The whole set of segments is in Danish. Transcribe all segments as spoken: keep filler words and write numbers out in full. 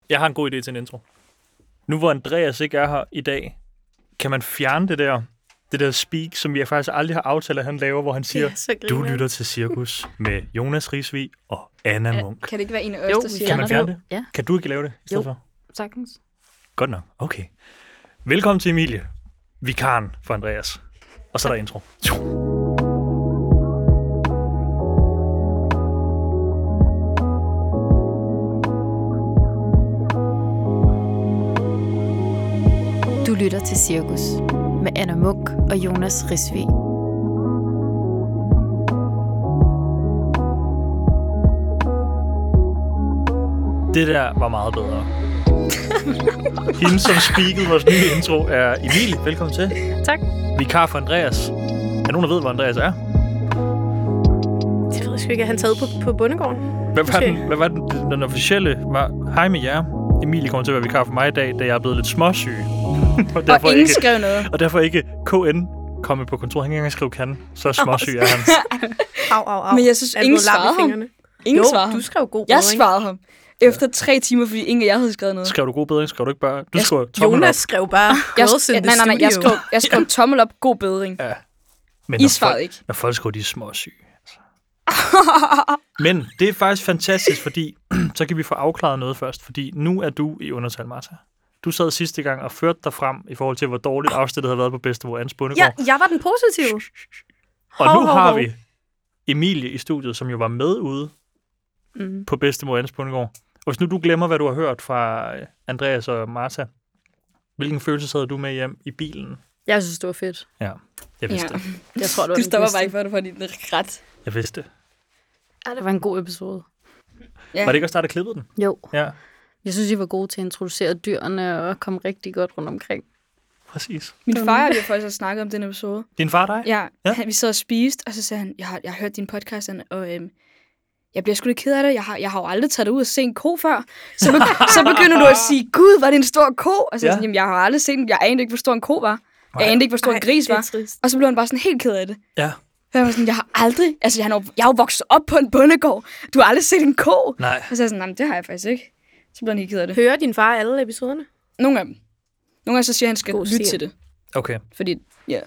Jeg har en god idé til en intro. Nu hvor Andreas ikke er her i dag, kan man fjerne det der, det der speak, som jeg faktisk aldrig har aftalt, at han laver, hvor han siger, du lytter til Cirkus med Jonas Risvig og Anna Munk. Kan det ikke være en af os, jo, der siger Kan man fjerne det? Ja. Kan du ikke lave det i stedet for? Sagtens. Godt nok. Okay. Velkommen til Emilie, vikaren for Andreas. Og så er der intro. Du lytter til Cirkus med Anna Munk og Jonas Risvig. Det der var meget bedre. Hende, som speakede vores nye intro, er Emilie. Velkommen til. Tak. Vikar for Andreas. Er nogen, der ved, hvor Andreas er? Det ved jeg sgu ikke. Er han taget på, på bondegården? Hvad var, den, hvad var den, den officielle? Var, hej med jer. Emilie kommer til at være vikar for mig i dag, da jeg er blevet lidt småsyg. og derfor og ingen ikke, skrev noget. Og derfor ikke K N kommet på kontor. Han kan ikke engang skrive kan. Så småsyg er han. Au, au, au. Men jeg synes, ingen svarede ham. Ingen jo, svarede du skrev god Jeg bedring. svarede ham. Efter tre timer, fordi ingen af jer havde skrevet noget. Skrev du god bedring? Skrev du ikke bare? Du Jeg, skrev tommel Jonas op. skrev bare jeg, girls in nej, the nej, nej, jeg studio. skrev, jeg skrev tommel op, god bedring. Ja. Men I når svarede folk, ikke. Når folk skriver, de er småsyge. Altså. Men det er faktisk fantastisk, fordi så kan vi få afklaret noget først. Fordi nu er du i undertal, Martha. Du sad sidste gang og førte dig frem i forhold til, hvor dårligt afsnittet havde været på Bedstemor Ans Bondegård. Ja, jeg var den positive. Og nu Hov, hov, har hov. vi Emilie i studiet, som jo var med ude Mm. på Bedstemor Ans Bondegård. Og hvis nu du glemmer, hvad du har hørt fra Andreas og Martha, hvilken følelse havde du med hjem i bilen? Jeg synes, det var fedt. Ja, jeg vidste Ja. det. Jeg tror, det var Du den stopper bedste. bare ikke for det, fordi den er ret. Jeg vidste det. Ja, det var en god episode. Ja. Var det ikke også dig, der klippede den? Jo. Ja, Jeg synes, I var gode til at introducere dyrene og komme rigtig godt rundt omkring. præcis. Min far og jeg faktisk har snakket om den episode. Din far og dig? Ja, Ja. Han, vi sad og spiste, og så sagde han, jeg har, jeg har hørt din podcast, Anna, og øhm, jeg bliver sgu lidt ked af det. Jeg har, jeg har jo aldrig taget dig ud og set en ko før. Så, be, så begynder du at sige, gud, var det en stor ko? Og så Ja. ja. sådan, jamen, jeg har aldrig set den. Jeg anede ikke, hvor stor en ko var. Jeg anede ikke, hvor stor en gris det er var. trist. Og så blev han bare sådan helt ked af det. Ja. Så jeg var sådan, jeg har aldrig, altså han er, jo- jeg er jo vokset op på en bondegård. Du har aldrig set en ko. Nej. Og så er jeg sådan, nej, men det har jeg faktisk ikke. Så blev han helt ked af det. Hører din far alle episoderne? Nogle af dem. Nogle gange så siger han, at han skal God lytte seer. til det. Okay. Fordi, ja.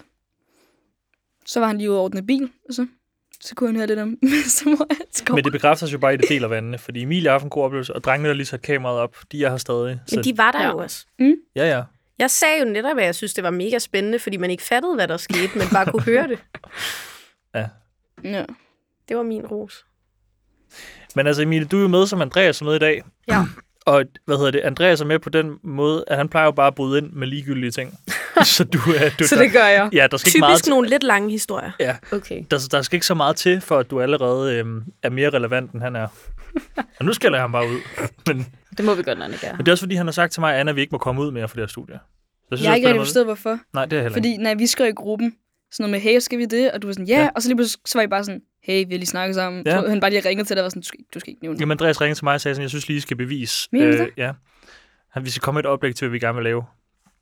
Så var han lige ude og ordne bil, og så, så kunne han høre lidt om Bedstemor Ans Gård. Men det bekræfter sig jo bare i det deler vandene, fordi Emilie har haft en god oplevelse, og drengene, der lige satte kameraet op, de er her stadig. Så, Men de var der Ja. jo også. Ja, ja. Jeg sagde jo netop, at jeg synes, det var mega spændende, fordi man ikke fattede, hvad der skete, men bare kunne høre det. ja. Ja. Det var min ros. Men altså, Emilie, du er jo med som Andreas er med i dag. Ja. Og hvad hedder det? Andreas er med på den måde, at han plejer jo bare at bryde ind med ligegyldige ting. så du er... Du, Så det gør jeg. Ja, der skal ikke meget Typisk til. nogle lidt lange historier. Ja, Okay. der, der skal ikke så meget til, for at du allerede øhm, er mere relevant, end han er. Og nu skælder jeg ham bare ud. Men, Det må vi godt, når det gør. men det er også fordi, han har sagt til mig, Anna, at vi ikke må komme ud mere for det her studie. Så synes Jeg har ikke også, på den rigtig måde- forstået, hvorfor. Nej, det er heller Fordi ikke. når vi skrev i gruppen, sådan noget med, hey, skal vi det? Og du var sådan, ja. Ja. Yeah. Og så lige pludselig, så var I bare sådan, hey, vi har lige snakket sammen. Ja. Ja. Han bare lige ringede til dig og var sådan, du skal, du skal ikke nævne det. Jamen, Andreas ringede til mig og sagde sådan, jeg synes lige, I skal bevise. Mener du det? Ja. Han, vi skal komme med et oplæg til, hvad vi gerne vil lave.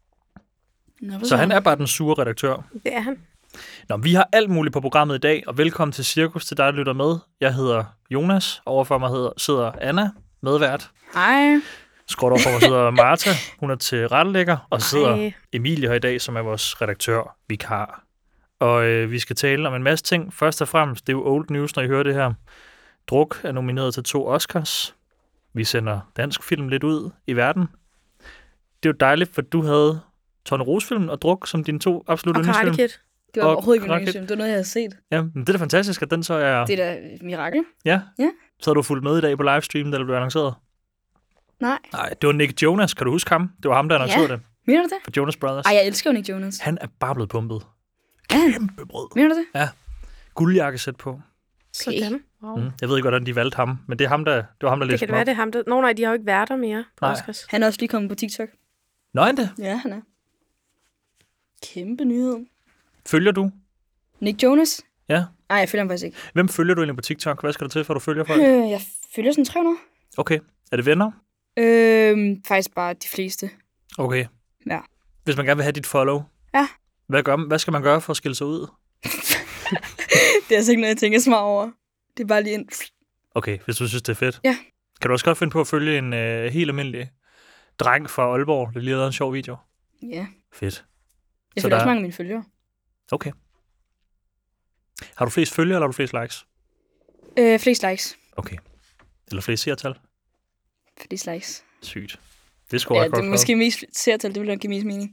Nå, hvad Så han er bare den sure redaktør. Det er han. Nå, vi har alt muligt på programmet i dag, og velkommen til Cirkus til dig, der lytter med. Jeg hedder Jonas, overfor mig hedder, sidder Anna, medvært. Ej. Skråt overfor mig sidder Martha, hun er til rettelægger, og så sidder Ej. Emilie her i dag, som er vores redaktør, vikar. Og øh, vi skal tale om en masse ting. Først og fremmest, det er jo old news, når I hører det her. Druk er nomineret til to Oscars. Vi sender dansk film lidt ud i verden. Det er jo dejligt, for du havde Tone Rose-filmen og Druk som dine to absolut Og Karate yndlingsfilm. Kid. Det var Og overhovedet ikke min Rocket. yndlingsfilm. Det var noget, jeg havde set. Ja, men det er da fantastisk, at den så er... Det er da et mirakel. Ja. Ja. Så har du fulgt med i dag på livestreamen, da det blev annonceret? Nej. Nej, det var Nick Jonas. Kan du huske ham? Det var ham, der annoncerede Ja. det Mener du det? for Jonas Brothers. Ej, jeg elsker jo Nick Jonas. Han er bare blevet pumpet. Ja. Kæmpe brød. Mener du det? Guldjakkesæt på. Sådan. Wow. Mm. Jeg ved ikke, hvordan de valgte ham, men det er ham, der, det var ham, der Det læste kan det ham være, op. det er ham, der... Nå nej, de har jo ikke været der mere på Nej. Oscars. Han er også lige kommet på TikTok. Nå, er det? Ja, han er. Kæmpe nyhed. Følger du? Nick Jonas? Ja. Nej, jeg følger ham faktisk ikke. Hvem følger du egentlig på TikTok? Hvad skal der til, for at du følger folk? Øh, jeg følger sådan tre hundrede. Okay. Er det venner? Øhm, faktisk bare de fleste. Okay. Ja. Hvis man gerne vil have dit follow. Ja. Hvad, gør, hvad skal man gøre for at skille sig ud? Det er altså ikke noget, jeg tænker så meget over. Det er bare lige en... Okay, hvis du synes, det er fedt. Ja. Kan du også godt finde på at følge en øh, helt almindelig dreng fra Aalborg, der lige har lavet en sjov video. Ja. Fedt. Jeg Så følger der- også mange af mine følgere. Okay. Har du flest følgere, eller har du flest likes? Øh, flest likes. Okay. Eller flest seertal? Flest likes. Sygt. Det skulle Ja, ja, det godt er for. måske mest seertal, det vil nok give mest mening.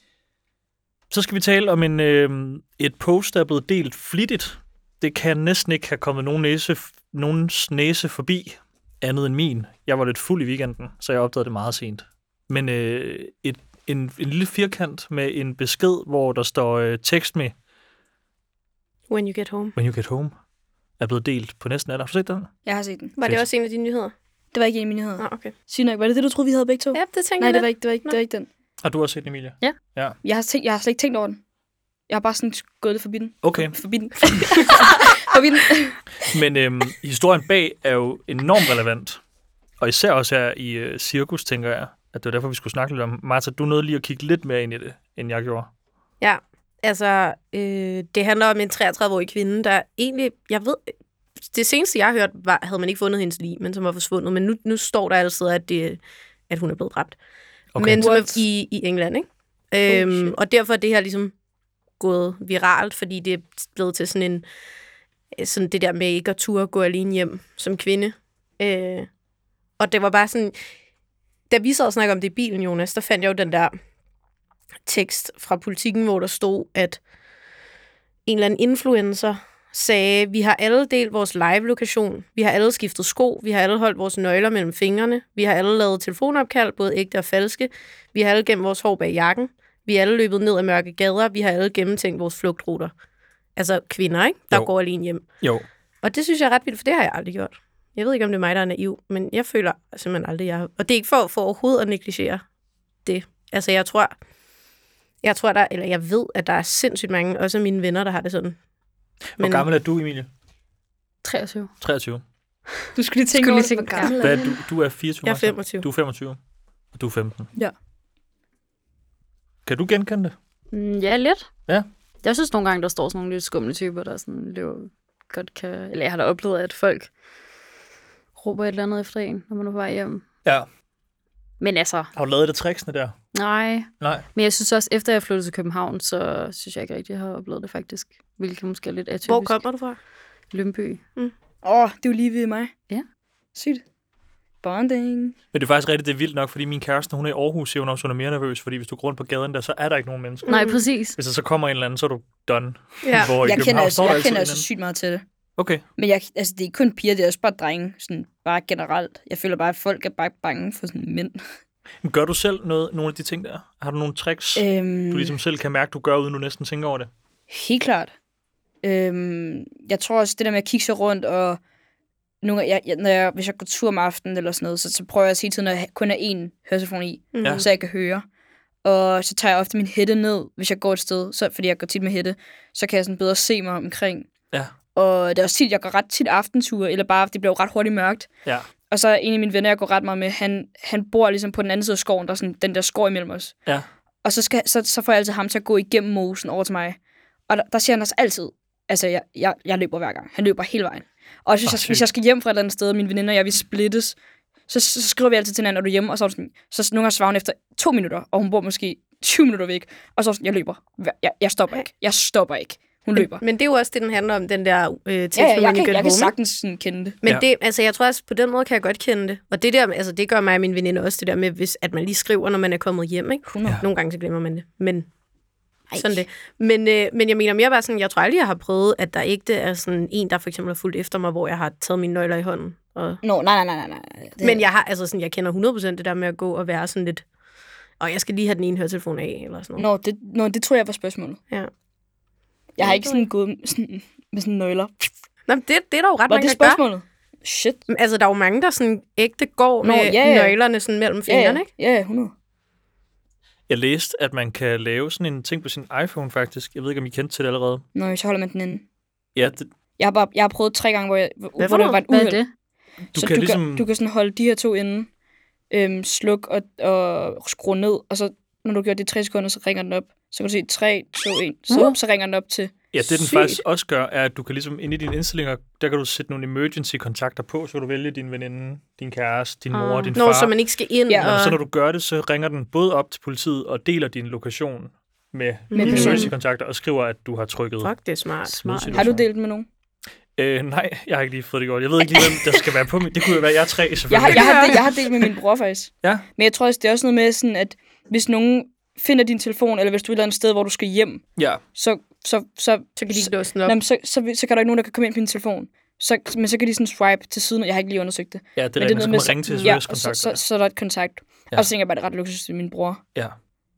Så skal vi tale om en, øh, et post, der er blevet delt flittigt. Det kan næsten ikke have kommet nogen næse, nogens næse forbi, andet end min. Jeg var lidt fuld i weekenden, så jeg opdagede det meget sent. Men øh, et, en, en lille firkant med en besked, hvor der står øh, text me When you get home. when you get home, er blevet delt på næsten alt. Har du set den? Jeg har set den. Var det Fedt. også en af dine nyheder? Det var ikke en af mine nyheder. Ah, okay. Sygt nok, var det det, du troede, vi havde begge to? Ja, det tænker Nej, jeg det var lidt. ikke, det var ikke, det var ikke den. Har du også set den, Emilie? Ja. Ja. Jeg har, tænkt, jeg har slet ikke tænkt over den. Jeg har bare sådan gået lidt forbi den. Okay. Forbi den. forbi den. Men øhm, historien bag er jo enormt relevant. Og især også her i øh, cirkus, tænker jeg, at det var derfor, vi skulle snakke lidt om. Martha, du nåede lige at kigge lidt mere ind i det, end jeg gjorde. Ja, altså, øh, det handler om en treogtredive-årig kvinde, der egentlig, jeg ved, det seneste, jeg har hørt, var, havde man ikke fundet hendes lig, men som var forsvundet. Men nu, nu står der altså, at, det, at hun er blevet dræbt. Okay. Men som What? er i, i England, ikke? Oh, Øhm, shit. og derfor er det her ligesom gået viralt, fordi det er blevet til sådan en, sådan det der med ikke at turde gå alene hjem som kvinde. Øh, og det var bare sådan, da vi sad og snakkede om det i bilen, Jonas, der fandt jeg jo den der tekst fra Politikken, hvor der stod, at en eller anden influencer sagde, vi har alle delt vores live-lokation, vi har alle skiftet sko, vi har alle holdt vores nøgler mellem fingrene, vi har alle lavet telefonopkald, både ægte og falske, vi har alle gemt vores hår bag jakken, vi har alle løbet ned ad mørke gader, vi har alle gennemtænkt vores flugtruter. Altså kvinder, ikke? Der Jo. går alene hjem. Jo. Og det synes jeg er ret vildt, for det har jeg aldrig gjort. Jeg ved ikke, om det er mig, der er naiv, men jeg føler simpelthen aldrig, jeg har. Og det er ikke for, for overhovedet at negligere det. Altså, jeg tror, jeg tror der, eller jeg ved, at der er sindssygt mange, også af mine venner, der har det sådan. Hvor gammel er du, Emilie? treogtyve. treogtyve. Du skulle lige tænke Skulle over, lige hvor tænke, gammel Hvad er er du? du? Du er fireogtyve. Jeg er Martha. femogtyve. Du er femogtyve. Og du er femten. Ja. Kan du genkende det? Mm, ja, lidt. Ja. Jeg synes nogle gange, der står sådan nogle lidt skumle typer, der sådan løber godt kan... Eller jeg har da oplevet, at folk råber et eller andet efter en, når man er på vej hjem. Ja. Men altså, Har du lavet det tricksene der? nej. Nej. Men jeg synes også, efter jeg flyttede til København, så synes jeg ikke rigtig, jeg har oplevet det faktisk. Hvilket måske er lidt atypisk. Hvor kommer du fra? Lyngby. Åh, oh, det er jo lige ved mig. Ja. Sygt. Bonding. Men det er faktisk rigtigt, det er vildt nok, fordi min kæreste, hun er i Aarhus, siger hun også, hun er mere nervøs, fordi hvis du går rundt på gaden der, så er der ikke nogen mennesker. Nej, præcis. Hvis der så kommer en eller anden, så er du done. Ja. Hvor i Jeg kender København altså, står der jeg altid kender en altså anden. sygt meget til det. Okay. Men jeg, altså, det er ikke kun piger, det er også bare drenge. Sådan, bare generelt. Jeg føler bare, at folk er bare bange for sådan mænd. Men gør du selv noget, nogle af de ting der? Har du nogle tricks, Øhm, du ligesom selv kan mærke, du gør, uden du næsten tænker over det? Helt klart. Øhm, jeg tror også, det der med at kigge sig rundt, og nogle, jeg, jeg, når jeg, hvis jeg går tur om aftenen eller sådan noget, så, så prøver jeg at hele tiden at have, kun have én hørettelefon i, Mm. Ja. så jeg kan høre. Og så tager jeg ofte min hætte ned, hvis jeg går et sted, så, fordi jeg går tit med hætte, så kan jeg sådan bedre se mig omkring. Ja. Og det er også tit, jeg går ret tit aftenture, eller bare, det bliver jo ret hurtigt mørkt. Ja. Og så er en af mine venner, jeg går ret meget med, han, han bor ligesom på den anden side af skoven, der er sådan den der skov imellem os. Ja. Og så, skal, så, så får jeg altid ham til at gå igennem mosen over til mig. Og der, der siger han også altid, altså jeg, jeg, jeg løber hver gang. Han løber hele vejen. Og hvis, Åh, jeg, sygt. hvis jeg skal hjem fra et eller andet sted, og mine veninder og jeg, vi splittes, så, så, så skriver vi altid til hinanden, når du er hjemme, og så, er hun sådan, så nogle gange svarer hun efter to minutter, og hun bor måske tyve minutter væk, og så er hun sådan, jeg løber. Jeg, jeg stopper ikke. Jeg stopper ikke. Hun løber. Men det er jo også det, den handler om, den der øh, tekst, Ja, ja, when jeg, you kan, get jeg kan home. sagtens sådan kende det. Men Ja. det, altså, jeg tror også, på den måde kan jeg godt kende det. Og det der, altså, det gør mig og min veninde også, det der med, hvis, at man lige skriver, når man er kommet hjem, ikke? hundrede. Ja. Nogle gange så glemmer man det, men Ej. sådan det. Men, øh, men jeg mener mere bare sådan, jeg tror aldrig, jeg har prøvet, at der ikke er sådan en, der for eksempel har fulgt efter mig, hvor jeg har taget mine nøgler i hånden. Og... Nå, nej, nej, nej, nej. nej. Det, Men jeg har, altså sådan, jeg kender hundrede procent det der med at gå og være sådan lidt, og jeg skal lige have den ene høretelefon af, eller sådan noget. Nå, det, nå, det tror jeg var spørgsmålet. Ja. Jeg har Ja, ikke det sådan gået med sådan, med sådan nøgler. Nå, men det, det er der jo ret Var mange, det der gør. spørgsmålet? Shit. Men, altså, der er jo mange, der sådan ægte går Nå, med ja, ja. nøglerne sådan mellem Ja, ja, fingrene, ikke? ja, ja, hundrede. Jeg læste, at man kan lave sådan en ting på sin iPhone faktisk. Jeg ved ikke, om I kendte til det allerede. Nå, så holder man den inde. Ja, det, Jeg har, bare, jeg har prøvet tre gange, hvor, jeg, hvor, Hvad for hvor der noget? var et Hvad er uheld. det? du Så kan du, ligesom... kan, du kan sådan holde de her to inde, øhm, sluk og, og skrue ned, og så når du gør det i tre sekunder, så ringer den op. så kan du se tre, to, et, så, Mm. så ringer den op til. Ja, det den Sygt. faktisk også gør, er, at du kan ligesom inde i dine indstillinger, der kan du sætte nogle emergency-kontakter på, så kan du vælge din veninde, din kæreste, din mor, Ah. din Nå, far. så man ikke skal ind. Ja, og... Så når du gør det, så ringer den både op til politiet og deler din lokation med, Med dine personen. emergency-kontakter og skriver, at du har trykket. Fuck, det er smart. Smart. Har du delt med nogen? Øh, nej, jeg har ikke lige fået det gjort. Jeg ved ikke lige, hvem der skal være på min. Det kunne jo være, jeg er tre, Jeg har, selvfølgelig. jeg, har, delt, jeg har delt med min bror faktisk. Ja. Men jeg tror også, det er også noget med, sådan, at hvis nogen finder din telefon, eller hvis du er et eller andet sted, hvor du skal hjem, Ja, så, så, så, Så kan de ikke låse den op. Jamen, så, så, så, så kan der ikke nogen, der kan komme ind på din telefon. Så, men så kan de sådan swipe til siden, og jeg har ikke lige undersøgt det. ja det Men er rigtigt. Så kan med, man ringe til ja, og så, servicekontakter. så, så er der et kontakt. Ja. Ja. Og så tænker jeg bare, det er ret luksus til min bror. Ja.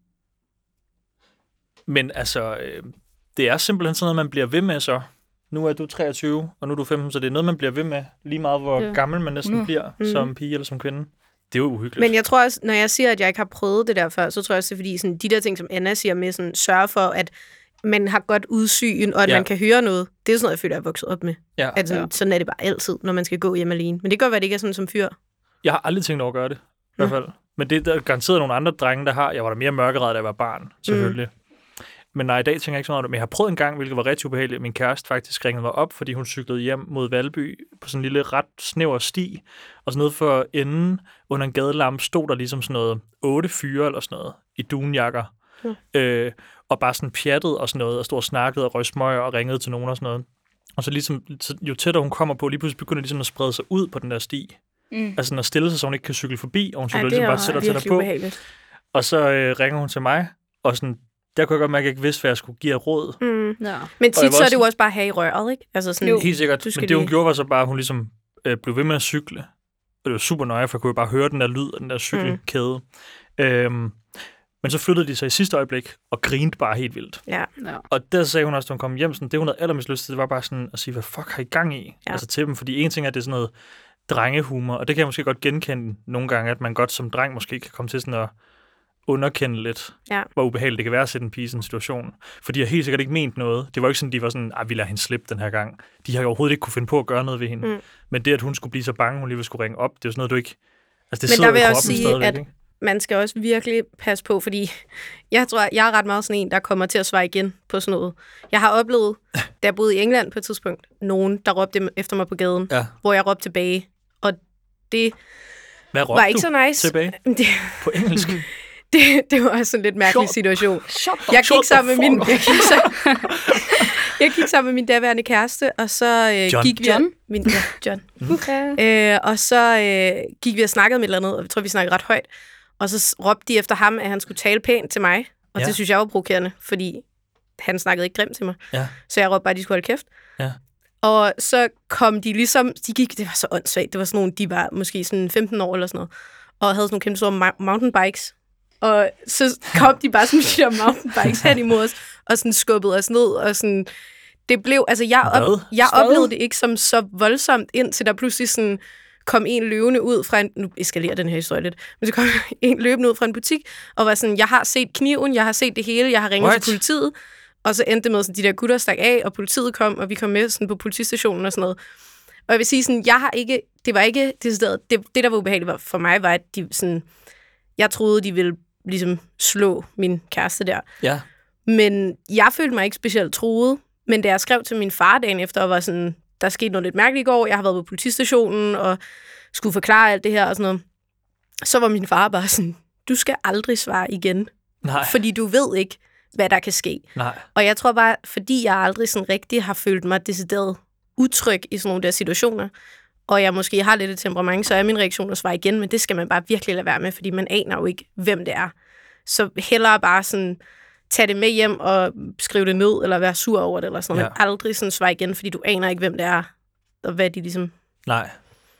Men altså, øh, det er simpelthen sådan noget, man bliver ved med så. Nu er du treogtyve, og nu er du femten, så det er noget, man bliver ved med, lige meget hvor Ja. gammel man næsten hundrede. bliver, Mm. som pige eller som kvinde. Det er jo uhyggeligt. Men jeg tror også, når jeg siger, at jeg ikke har prøvet det der før, så tror jeg også, det er fordi sådan, de der ting, som Anna siger med, sådan, sørge for, at man har godt udsyn, og at Ja. ja. man kan høre noget. Det er sådan noget, jeg føler, jeg er vokset op med. ja. At sådan, ja. sådan er det bare altid, når man skal gå hjem alene. Men det kan godt være, at det ikke er sådan som fyr. Jeg har aldrig tænkt over at gøre det, i hvert fald. Men det er der garanteret nogle andre drenge, der har. Jeg var da mere mørkeret, da jeg var barn, selvfølgelig. Mm. Men nej, i dag tænker jeg ikke så meget over det. Men jeg har prøvet en gang, hvilket var rigtig ubehageligt. Min kæreste faktisk ringede mig op, fordi hun cyklede hjem mod Valby på sådan en lille ret snæver sti. Og sådan noget for enden under en gadelampe stod der ligesom sådan noget otte fyre eller sådan noget i dunjakker. Mm. Øh, og bare sådan pjattet og sådan noget, og stod og snakkede og røg smøger og ringede til nogen og sådan noget. Og så ligesom, jo tættere hun kommer på, lige pludselig begynder det ligesom at sprede sig ud på den der sti. Mm. Altså sådan at stille sig, så hun ikke kan cykle forbi, og hun Ja, cykler det ligesom er bare jo sætter tættere virkelig på. ubehageligt. Og så øh, ringer hun til mig, og sådan, der kunne jeg godt mærke, at jeg ikke vidste, hvad jeg skulle give af råd. Mm. Ja. Men jeg tit var så er også- det jo også bare at have i røret, ikke? Altså sådan, Jo. Helt sikkert. Du skal Men det, hun lige- gjorde, var så bare, at hun ligesom øh, blev ved med at cykle. Og det var super nøje, for jeg kunne jo bare høre den der lyd af den der cykelkæde. Mm. Øhm, men så flyttede de sig i sidste øjeblik, og grinte bare helt vildt. ja. Ja. Og der sagde hun også, da hun kom hjem, sådan, det hun havde allermest lyst til, det var bare sådan at sige, hvad fuck har I gang i? Ja. Altså til dem, fordi en ting er, at det er sådan noget drengehumor, og det kan jeg måske godt genkende nogle gange, at man godt som dreng måske kan komme til sådan at underkende lidt, Ja. hvor ubehageligt det kan være at sætte en pige i sådan en situation. For de har helt sikkert ikke ment noget. Det var jo ikke sådan, de var sådan, at vi lader hende slippe den her gang. De har jo overhovedet ikke kunne finde på at gøre noget ved hende. Mm. Men det, at hun skulle blive så bange, hun lige skulle ringe op, det er jo sådan noget, du ikke... Altså, det Men sidder der vil jo i jeg også kroppen sige, stadigvæk, at- ikke? Man skal også virkelig passe på, fordi jeg tror, jeg er ret meget sådan en, der kommer til at svare igen på sådan noget. Jeg har oplevet, da jeg boede i England på et tidspunkt, nogen, der råbte efter mig på gaden, Ja. hvor jeg råbte tilbage. Og det Hvad råbte var ikke du så nice. tilbage Det, på engelsk? det, det var også en lidt mærkelig Shut- situation. Shut Jeg Shut gik sammen the med min, fuck jeg gik, så, jeg gik sammen med min daværende kæreste, og så øh, John. gik vi... John? Min, ja, John. Okay. Øh, og så øh, gik vi og snakkede om et eller andet, og jeg tror, vi snakkede ret højt. Og så s- råbte de efter ham, at han skulle tale pænt til mig. Og Ja. ja. det synes jeg var provokerende, fordi han snakkede ikke grimt til mig. Ja. Så jeg råbte bare, at de skulle holde kæft. Ja. Og så kom de ligesom, de gik, det var så åndssvagt, det var sådan nogle, de var måske sådan femten år eller sådan noget, og havde sådan nogle kæmpe store ma- mountainbikes. Og så kom de bare sådan med de der mountainbikes hen imod os, og sådan skubbede os ned, og sådan, det blev, altså jeg, op, Hvad? jeg Hvad? oplevede det ikke som så voldsomt, indtil der pludselig sådan kom en løvende ud fra en, nu eskalerer den her historie lidt, men så kom en løbende ud fra en butik, og var sådan, jeg har set kniven, jeg har set det hele, jeg har ringet What? til politiet, og så endte det med, at de der gutter stak af, og politiet kom, og vi kom med sådan på politistationen og sådan noget. Og jeg vil sige sådan, jeg har ikke, det var ikke det, det, det der var ubehageligt for mig, var, at de sådan, jeg troede, de ville ligesom slå min kæreste der. Ja. Men jeg følte mig ikke specielt truet. Men da jeg skrev til min far dagen efter, og var sådan, der skete noget lidt mærkeligt i går, jeg har været på politistationen, og skulle forklare alt det her og sådan noget, så var min far bare sådan, du skal aldrig svare igen, Nej. fordi du ved ikke, hvad der kan ske. Nej. Og jeg tror bare, fordi jeg aldrig sådan rigtig har følt mig decideret utryg i sådan nogle der situationer, og jeg måske har lidt et temperament, så er min reaktion at svare igen, men det skal man bare virkelig lade være med, fordi man aner jo ikke, hvem det er. Så hellere bare sådan tage det med hjem og skrive det ned, eller være sur over det, eller sådan noget. Ja. Men aldrig sådan svare igen, fordi du aner ikke, hvem det er, og hvad de ligesom... Nej.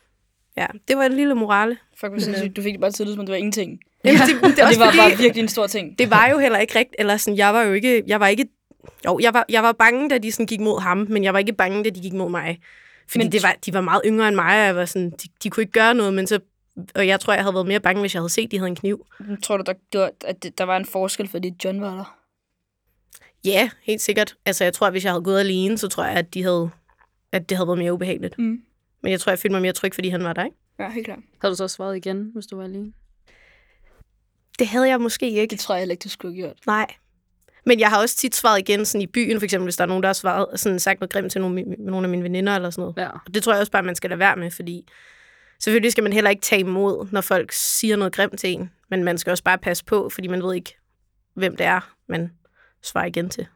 Ja, det var en lille morale. Fuck, hvor sindssygt. Du fik det bare til at lyde, som om det var ingenting. Jamen, det, det, er Og også det var fordi, bare virkelig en stor ting. det var jo heller ikke rigtigt, eller sådan, jeg var jo ikke, jeg var ikke, jo, jeg var, jeg var bange, da de sådan gik mod ham, men jeg var ikke bange, da de gik mod mig. Fordi Men- det var, de var meget yngre end mig, og jeg var sådan, de, de kunne ikke gøre noget, men så, og jeg tror, jeg havde været mere bange, hvis jeg havde set, at de havde en kniv. Tror du, der, der, at det- der var en forskel, fordi John var der? Ja, helt sikkert. Altså, jeg tror, at hvis jeg havde gået alene, så tror jeg, at, de havde, at det havde været mere ubehageligt. Mm. Men jeg tror, jeg følte mig mere tryg, fordi han var der, ikke? Ja, helt klart. Har du så svaret igen, hvis du var alene? Det havde jeg måske ikke. Det tror jeg heller ikke, du skulle have gjort. Nej. Men jeg har også tit svaret igen sådan i byen, for eksempel, hvis der er nogen, der har svaret, sådan, sagt noget grimt til nogle, nogle af mine veninder eller sådan noget. Ja. Og det tror jeg også bare, man skal lade være med, fordi selvfølgelig skal man heller ikke tage imod, når folk siger noget grimt til en. Men man skal også bare passe på, fordi man ved ikke, hvem det er, man svarer igen til.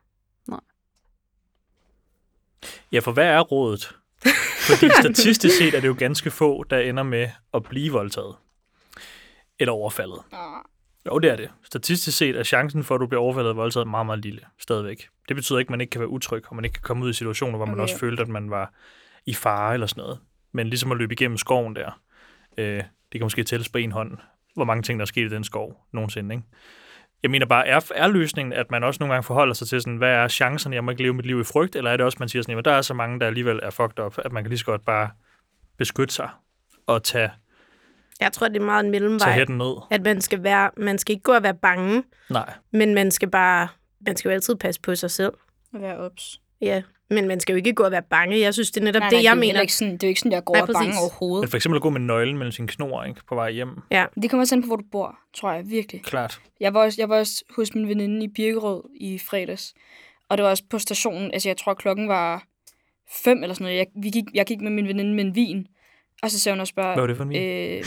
Ja, for hvad er rådet? Fordi statistisk set er det jo ganske få, der ender med at blive voldtaget. Eller overfaldet. Jo, det er det. Statistisk set er chancen for, at du bliver overfaldet og voldtaget meget, meget lille. Stadigvæk. Det betyder ikke, at man ikke kan være utryg, og man ikke kan komme ud i situationer, hvor man Okay. også følte, at man var i fare eller sådan noget. Men ligesom at løbe igennem skoven der. Øh, det kan måske tælles på en hånd, hvor mange ting, der er sket i den skov nogensinde, ikke? Jeg mener bare, er, er løsningen, at man også nogle gange forholder sig til sådan, hvad er chancerne, jeg må ikke leve mit liv i frygt, eller er det også, man siger sådan, at der er så mange, der alligevel er fucked up, at man kan lige så godt bare beskytte sig og tage, Jeg tror, det er meget en tage mellemvej, hætten ned? at man skal, være, man skal ikke gå og være bange, Nej. men man skal bare, man skal jo altid passe på sig selv. At være ops. Ja, men man skal jo ikke gå og være bange. Jeg synes, det er netop Nej, det, nej, jeg det er mener. heller ikke sådan, det er jo ikke sådan, jeg går Nej, og er bange præcis. overhovedet. Men for eksempel at gå med nøglen mellem sine knor, ikke, på vej hjem. Ja. Det kommer også an på, hvor du bor, tror jeg, virkelig. Klart. Jeg var også, jeg var også hos min veninde i Birkerød i fredags, og det var også på stationen, altså jeg tror, klokken var fem eller sådan noget. Jeg, vi gik, jeg gik med min veninde med en vin, og så sagde hun også bare... Hvad var det for en vin? Øh,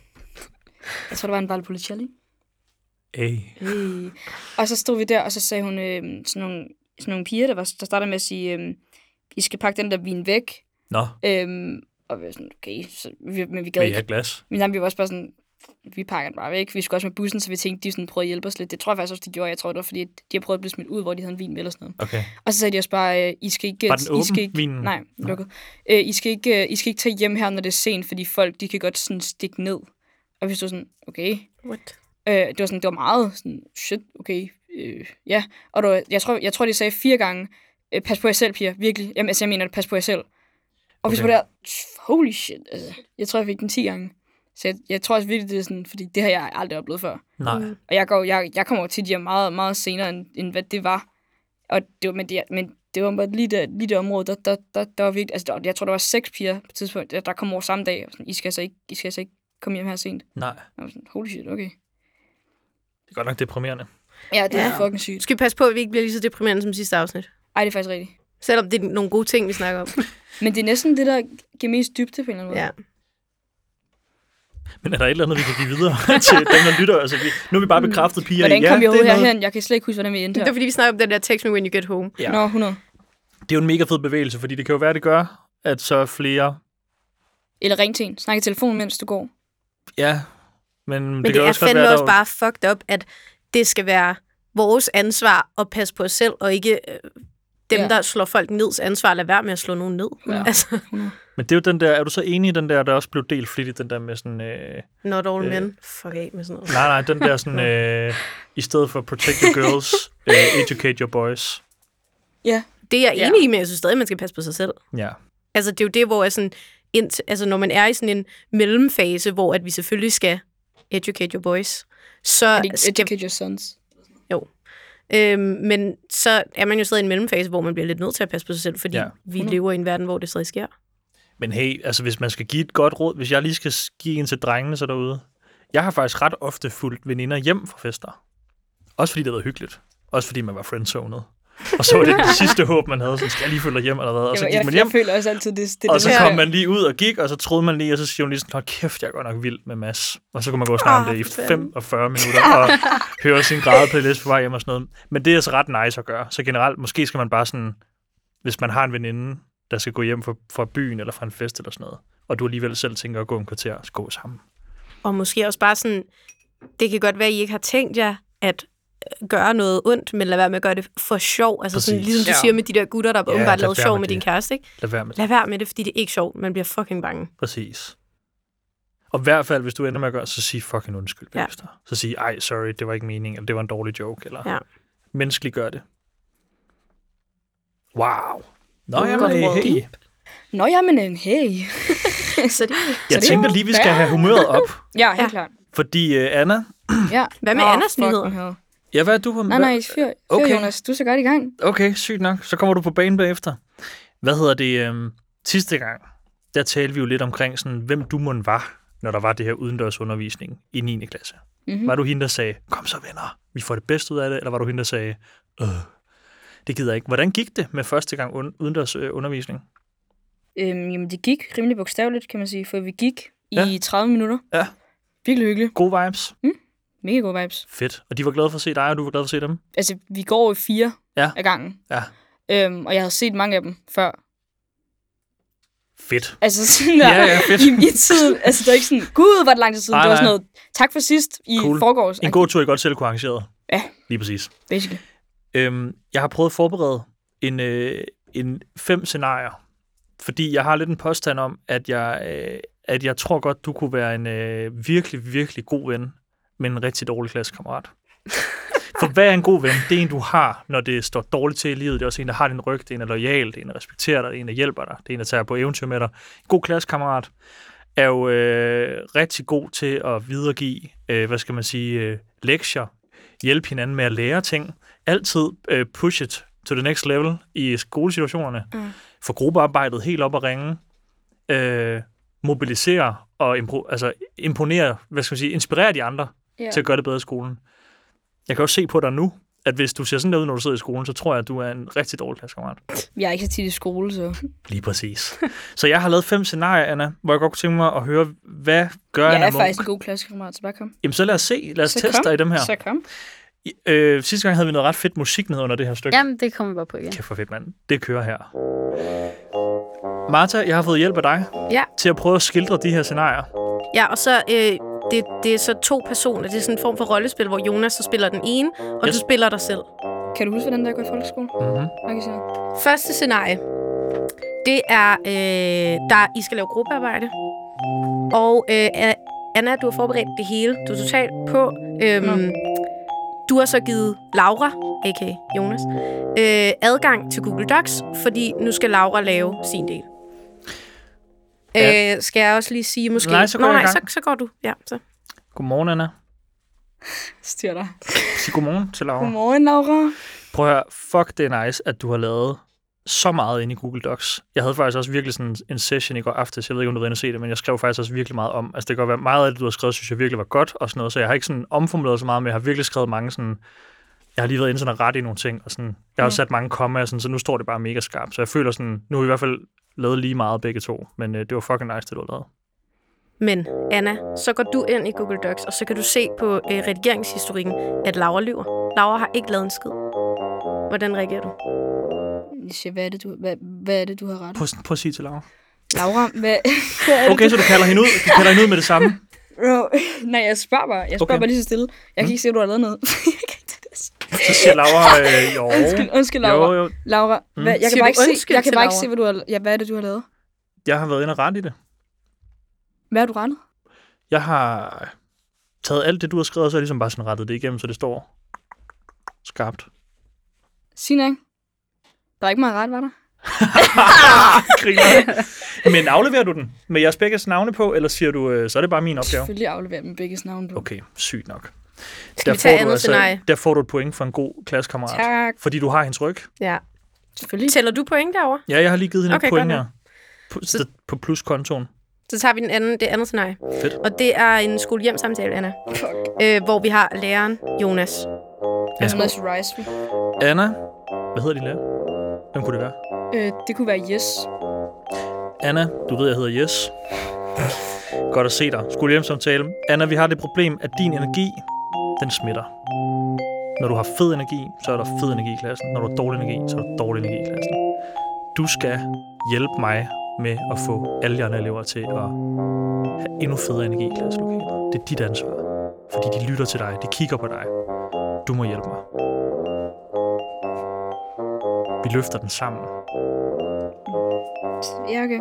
jeg tror, det var en Valpolicella. Hey. Øh. Og så stod vi der, og så sagde hun øh, sådan, nogle, sådan nogle piger, der, var, der startede med at sige, øh, I skal pakke den der vin væk. Nå, Øhm, og vi var sådan, okay, så, vi, men vi gad vil I ikke. have glas? Men jamen, vi var også bare sådan, vi pakker den bare væk. Vi skulle også med bussen, så vi tænkte, de sådan prøvede at hjælpe os lidt. Det tror jeg faktisk også, de gjorde. Jeg tror, det var, fordi de har prøvet at blive smidt ud, hvor de havde en vin med eller sådan noget. Okay. Og så sagde de også bare, øh, I skal ikke... Var den åben, I skal ikke, vinen? Nej, Nå. lukket. Øh, I, skal ikke, øh, I skal ikke tage hjem her, når det er sent, fordi folk, de kan godt sådan stikke ned. Og vi stod sådan, okay. What? Øh, det var sådan, det var meget sådan, shit, okay. Øh, ja, og det var, jeg, tror, jeg tror, de sagde fire gange, øh, pas på jer selv, piger, virkelig. Jamen, altså, jeg mener, pas på jer selv. Og vi Okay. var der, holy shit, altså. Jeg tror, jeg fik den ti gange. Så jeg, jeg tror også virkelig, det er sådan, fordi det har jeg aldrig oplevet før. Nej. Mm. Og jeg, går, jeg, jeg kommer jo tit hjem meget, meget senere, end, end hvad det var. Og det var, men, det, men det var bare lige det, lige det område, der, der, der, der var virkelig... Altså, der, jeg tror, der var seks piger på et tidspunkt, der, der kom over samme dag. Og sådan, I skal altså ikke, I skal altså ikke komme hjem her sent. Nej. Jeg var sådan, holy shit, okay. Det er godt nok deprimerende. Ja, det er Ja. fucking sygt. Nu skal vi passe på, at vi ikke bliver lige så deprimerende som sidste afsnit. Ej, det er faktisk rigtigt. Selvom det er nogle gode ting, vi snakker om. Men det er næsten det, der giver mest dybde på en eller anden måde. Ja. Men er der et eller andet, vi kan give videre til dem, der lytter? Altså, vi, nu har vi bare bekræftet piger. Hvordan ja, kom vi det, overhovedet er noget, herhen? Jeg kan slet ikke huske, hvordan vi endte Det her. er fordi, vi snakker om den der text me when you get home. Ja. Nå, hundrede. det er jo en mega fed bevægelse, fordi det kan jo være, det gør, at så er flere... Eller ring til en. Snak i telefonen, mens du går. Ja, men, Men det, det, kan det er også godt fandme være, også der... bare fucked up, at det skal være vores ansvar at passe på os selv, og ikke øh, dem, Ja. der slår folk neds ansvar, at lade være med at slå nogen ned. Ja. Altså, Men det er jo den der... Er du så enig i den der, der også blev delt flittigt, den der med sådan... Øh... not all Øh. men. Fuck af med sådan noget. Nej, nej, den der sådan... Øh... I stedet for protect your girls, øh, educate your boys. Ja. Det er jeg Ja. enig i, men jeg synes stadig, man skal passe på sig selv. Ja. Altså, det er jo det, hvor jeg sådan, ind, altså, når man er i sådan en mellemfase, hvor at vi selvfølgelig skal educate your boys, så Er det ikke skal, educate your sons? øhm, men så er man jo stadig i en mellemfase, hvor man bliver lidt nødt til at passe på sig selv, fordi Ja. ja. vi hundrede. lever i en verden, hvor det stadig sker. Men hey, altså hvis man skal give et godt råd, hvis jeg lige skal give en til drengene så derude. Jeg har faktisk ret ofte fulgt veninder hjem fra fester. Også fordi det var hyggeligt. Også fordi man var friendzoned. Og så var det det sidste håb, man havde. Så skal jeg lige følge dig hjem eller hvad. Og så jeg, gik jeg, man jeg hjem, føler også altid, det, det og så det, kom der- man lige ud og gik, og så troede man lige, og så siger hun lige sådan, hold kæft, jeg er godt nok vild med Mads. Og så kunne man gå og snakke om det i femogfyrre minutter, og høre sin grædeplaylist på vej hjem og sådan noget. Men det er altså ret nice at gøre. Så generelt, måske skal man bare sådan, hvis man har en veninde, der skal gå hjem fra, fra byen eller fra en fest eller sådan noget, og du alligevel selv tænker at gå en kvarter, så gå sammen. Og måske også bare sådan, det kan godt være, at I ikke har tænkt jer at gøre noget ondt, men lad være med at gøre det for sjov. Altså sådan, Præcis. ligesom du Ja. siger med de der gutter, der Ja, ja, åbenbart lad lavede være sjov med med din det. kæreste, ikke? Lad være med det. Lad være med det, fordi det er ikke sjovt. Man bliver fucking bange. Præcis. Og i hvert fald, hvis du ender med at gøre, så sig fucking undskyld Ja. bagefter. Så sig, ej, sorry, det var ikke meningen, eller det var en dårlig joke, eller Ja. menneskeligt gør det. Wow. Nå, Det er jamen, godt hey, råd. hey. Nå, jamen, øh, hey. Så det, Jeg det er tænker jo lige, vi skal fair. have humøret op, Ja, helt Ja. klart. fordi uh, Anna, Ja. Hvad med Nå, Annas nyheder? fucking hell. ja, hvad er du på? Nej, nej, fyr, fyr Okay. Jonas. Du er så godt i gang. Okay, sygt nok. Så kommer du på banen bagefter. Hvad hedder det? Øhm, sidste gang, der talte vi jo lidt omkring, sådan, hvem du mon var, når der var det her udendørsundervisning i niende klasse. Mm-hmm. Var du hende, der sagde, kom så venner, vi får det bedste ud af det, eller var du hende, der sagde, Øh, det gider jeg ikke. Hvordan gik det med første gang un- udendørs øh, undervisning? Øhm, jamen, det gik rimelig bogstaveligt, kan man sige, for vi gik Ja. i tredive minutter. Ja. Virkelig hyggeligt. Gode vibes? Mega gode vibes. Fedt. Og de var glade for at se dig, og du var glad for at se dem? Altså, vi går i fire Ja. af gangen. Ja. Øhm, og jeg havde set mange af dem før. Fedt. Altså sådan der, Ja, ja, fedt. i, i tid, altså det er ikke sådan, gud, hvor er det lang tid siden. Nej, Det var sådan nej. noget, tak for sidst i Cool. forgårs. En god tur, I godt selv kunne arrangere. Ja. Lige præcis. Basically. Øhm, jeg har prøvet at forberede en, øh, en fem scenarier, fordi jeg har lidt en påstand om, at jeg, øh, at jeg tror godt, du kunne være en øh, virkelig, virkelig god ven, men en rigtig dårlig klassekammerat. For hvad er en god ven? Det er en, du har, når det står dårligt til i livet. Det er også en, der har din ryg. Det er en, der er lojal. Det er en, der respekterer dig. Det er en, der hjælper dig. Det er en, der tager på eventyr med dig. En god klassekammerat er jo øh, rigtig god til at videregive, øh, hvad skal man sige, øh, lektier, hjælpe hinanden med at lære ting. Altid øh, push it to the next level i skolesituationerne. Mm. Få gruppearbejdet helt op at ringe. Øh, mobilisere og impro- altså, imponere, hvad skal man sige, inspirere de andre Ja. til at gøre det bedre i skolen. Jeg kan jo se på dig nu, at hvis du ser sådan der ud, når du sidder i skolen, så tror jeg, at du er en rigtig dårlig klassekammerat. Jeg er ikke så tit i skole, så Lige præcis. Så jeg har lavet fem scenarier, Anna, hvor jeg godt kunne tænke mig at høre, hvad gør jeg Anna er Munk? faktisk en god klassekammerat, så bare kom. Jamen så lad os se, lad os Så teste kom. dig i dem her. Så kom. I- Øh, sidste gang havde vi noget ret fedt musik ned under det her stykke. Jamen, det kommer vi bare på igen. Kæft for fedt, mand. Det kører her. Martha, jeg har fået hjælp af dig Ja. til at prøve at skildre de her scenarier. Ja, og så øh, det, det er så to personer. Det er sådan en form for rollespil, hvor Jonas så spiller den ene, og Yes. du spiller dig selv. Kan du huske, hvordan der går i folkeskole? Mm-hmm. Okay, så. Første scenarie, det er, øh, der I skal lave gruppearbejde. Og øh, Anna, du har forberedt det hele. Du er totalt på. Øhm, du har så givet Laura, a k a. Jonas, øh, adgang til Google Docs, fordi nu skal Laura lave sin del. Ja. Øh, skal jeg også lige sige måske... Nej, så går Nå, jeg i nej, gang. så, så går du. Ja, så. Godmorgen, Anna. Styr dig. Sig godmorgen til Laura. Godmorgen, Laura. Prøv at høre, fuck, det er nice, at du har lavet så meget inde i Google Docs. Jeg havde faktisk også virkelig sådan en session i går aftes. Jeg ved ikke, om du var inde og se det, men jeg skrev faktisk også virkelig meget om. Altså, det kan godt være meget af det, du har skrevet, synes jeg virkelig var godt og sådan noget. Så jeg har ikke sådan omformuleret så meget, men jeg har virkelig skrevet mange sådan... Jeg har lige været inde sådan og ret i nogle ting, og sådan... Jeg har også sat mange kommaer, sådan, så nu står det bare mega skarpt. Så jeg føler sådan... Nu har vi i hvert fald lavet lige meget begge to, men øh, det var fucking nice, det du har lavet. Men Anna, så går du ind i Google Docs, og så kan du se på øh, redigeringshistorikken, at Laura lyver. Laura har ikke lavet en skid. Hvordan reagerer du? Lisha, hvad er det, du, hvad, hvad er det, du har ret? Prøv, prøv at sige til Laura. Laura, hvad, hvad er det, Okay, så du kalder hende ud. Du kalder hende ud med det samme. Bro, nej, jeg spørger bare. Jeg spørger Okay. okay. bare lige så stille. Jeg kan Mm. ikke se, at du har lavet noget. jeg kan ikke det. Så siger Laura, øh, jo. Undskyld, undskyld, Laura. Jo, jo. Laura, Mm. hvad, jeg Siger kan bare du ikke se, undskyld jeg kan til bare ikke Laura? se, hvad du har, ja, hvad er det, du har lavet? Jeg har været inde og ret i det. Hvad har du rettet? Jeg har taget alt det, du har skrevet, og så har jeg ligesom bare sådan rettet det igennem, så det står skarpt. Sig ikke. Der er ikke meget ret, var der? Griner. Men afleverer du den med jeres begges navne på, eller siger du, øh, så er det bare min opgave? Selvfølgelig afleverer med begge navn på. Okay, sygt nok. Skal vi tage får du andet scenarie? der får du et point for en god klassekammerat. Tak. Fordi du har hendes ryg. Ja. Selvfølgelig. Tæller du point derovre? Ja, jeg har lige givet hende Okay, et point godt her. På, Så- på pluskontoen. Så tager vi den anden, det andet scenarie. Fedt. Og det er en skole-hjem-samtale, Anna. Fuck. Øh, hvor vi har læreren Jonas. Ja. Jonas Rice. Anna, hvad hedder din lærer? Hvem kunne det være? Øh, det kunne være Yes. Anna, du ved, jeg hedder Yes. Godt at se dig. Skolehjemsamtale. Anna, vi har det problem, at din energi, den smitter. Når du har fed energi, så er der fed energi i klassen. Når du har dårlig energi, så er der dårlig energi i klassen. Du skal hjælpe mig med at få alle de andre elever til at have endnu federe energi i klasselokalet. Det er dit ansvar. Fordi de lytter til dig. De kigger på dig. Du må hjælpe mig. Vi løfter den sammen. Ja, okay.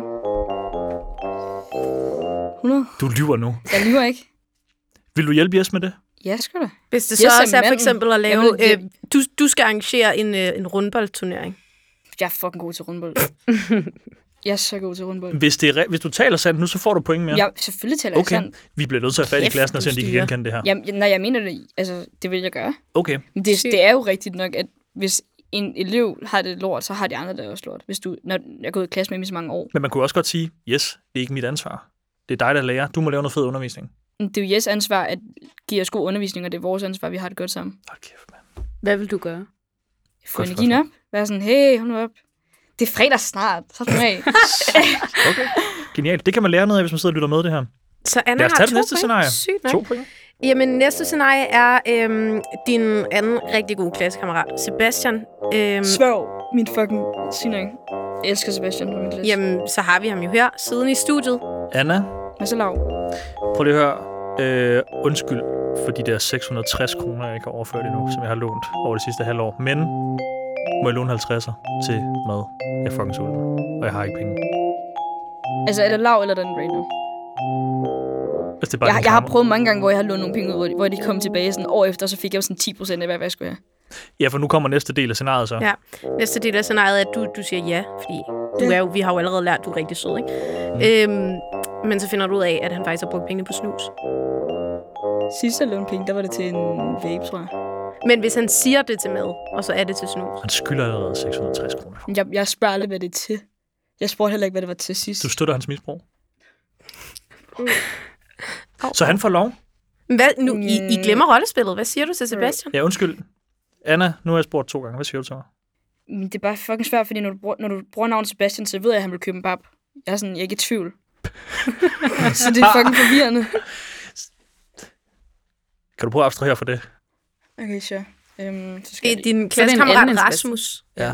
hundrede. Du lyver nu. Jeg lyver ikke. Vil du hjælpe Jes med det? Ja, skal da. Hvis det Yes, så er også er for manden. eksempel at lave... Jeg vil- Øh, du, du skal arrangere en, øh, en rundboldturnering. Jeg er fucking god til rundbold. jeg er så god til rundbold. Hvis, det er, re- hvis du taler sandt nu, så får du point mere. Ja, selvfølgelig taler jeg Okay, sandt. vi bliver nødt til at have fat i Kæft, klassen og se, du om de kan styrer. genkende det her. Jamen, nej, jeg mener det. Altså, det vil jeg gøre. Okay, Men det, Sygt. det er jo rigtigt nok, at hvis en elev har det lort, så har de andre det også lort. Hvis du, når jeg er gået i klasse med dem i så mange år. men man kunne også godt sige, yes, det er ikke mit ansvar. Det er dig, der lærer. Du må lave noget fed undervisning. Det er jo Jes ansvar at give os god undervisning, og det er vores ansvar, at vi har det godt sammen. Hold kæft, mand. Hvad vil du gøre? Få energien op. Vær sådan, hey, hold nu op. Det er fredag snart. Så er du af. Okay. Genialt. Det kan man lære noget af, hvis man sidder og lytter med det her. Så Anna Lad os har tage to det næste point. scenarie. Sygt nok. To point. Jamen, næste scenarie er øhm, din anden rigtig gode klassekammerat, Sebastian. Øhm, Sværg. Min fucking signing. Jeg elsker Sebastian på min klasse. jamen, så har vi ham jo her, siden i studiet. Anna, Hvad så lav? prøv lige at høre. Øh, undskyld for de der seks hundrede og tres kroner, jeg ikke har overført endnu, som jeg har lånt over det sidste halvår. Men må jeg låne halvtredser til mad? Jeg er fucking sulten, og jeg har ikke penge. Altså, er det lav eller den Rainer? Hvis det er bare Jeg, den jeg har karma. prøvet mange gange, hvor jeg har lånt nogle penge ud, hvor de, hvor de kom tilbage sådan år efter, så fik jeg sådan ti procent af, hvad jeg skulle have. Ja, for nu kommer næste del af scenariet så. Ja. Næste del af scenariet er, at du, du siger ja, fordi du er jo, vi har jo allerede lært, at du er rigtig sød, ikke? Mm. Øhm, men så finder du ud af, at han faktisk har brugt pengene på snus. Sidst jeg lånte penge, der var det til en vape, tror jeg. Men hvis han siger det til mad, og så er det til snus. Han skylder allerede seks hundrede og tres kroner. Jeg, jeg spørger aldrig, hvad det er til. Jeg spurgte heller ikke, hvad det var til sidst. Du støtter hans misbrug. Så han får lov? Hvad, nu, I, I glemmer rollespillet. Hvad siger du til Sebastian? Ja, undskyld. Anna, nu har jeg spurgt to gange. Hvad siger du til mig? Men det er bare fucking svært, fordi når du, bruger, når du bruger navnet Sebastian, så ved jeg, at han vil købe en bab. Jeg er sådan, jeg er ikke i tvivl. Så det er fucking forvirrende. Kan du prøve at abstrahere for det? Okay, sure. Um, så skal Det er jeg... din Så er det en klassekammerat anden Rasmus. Ja.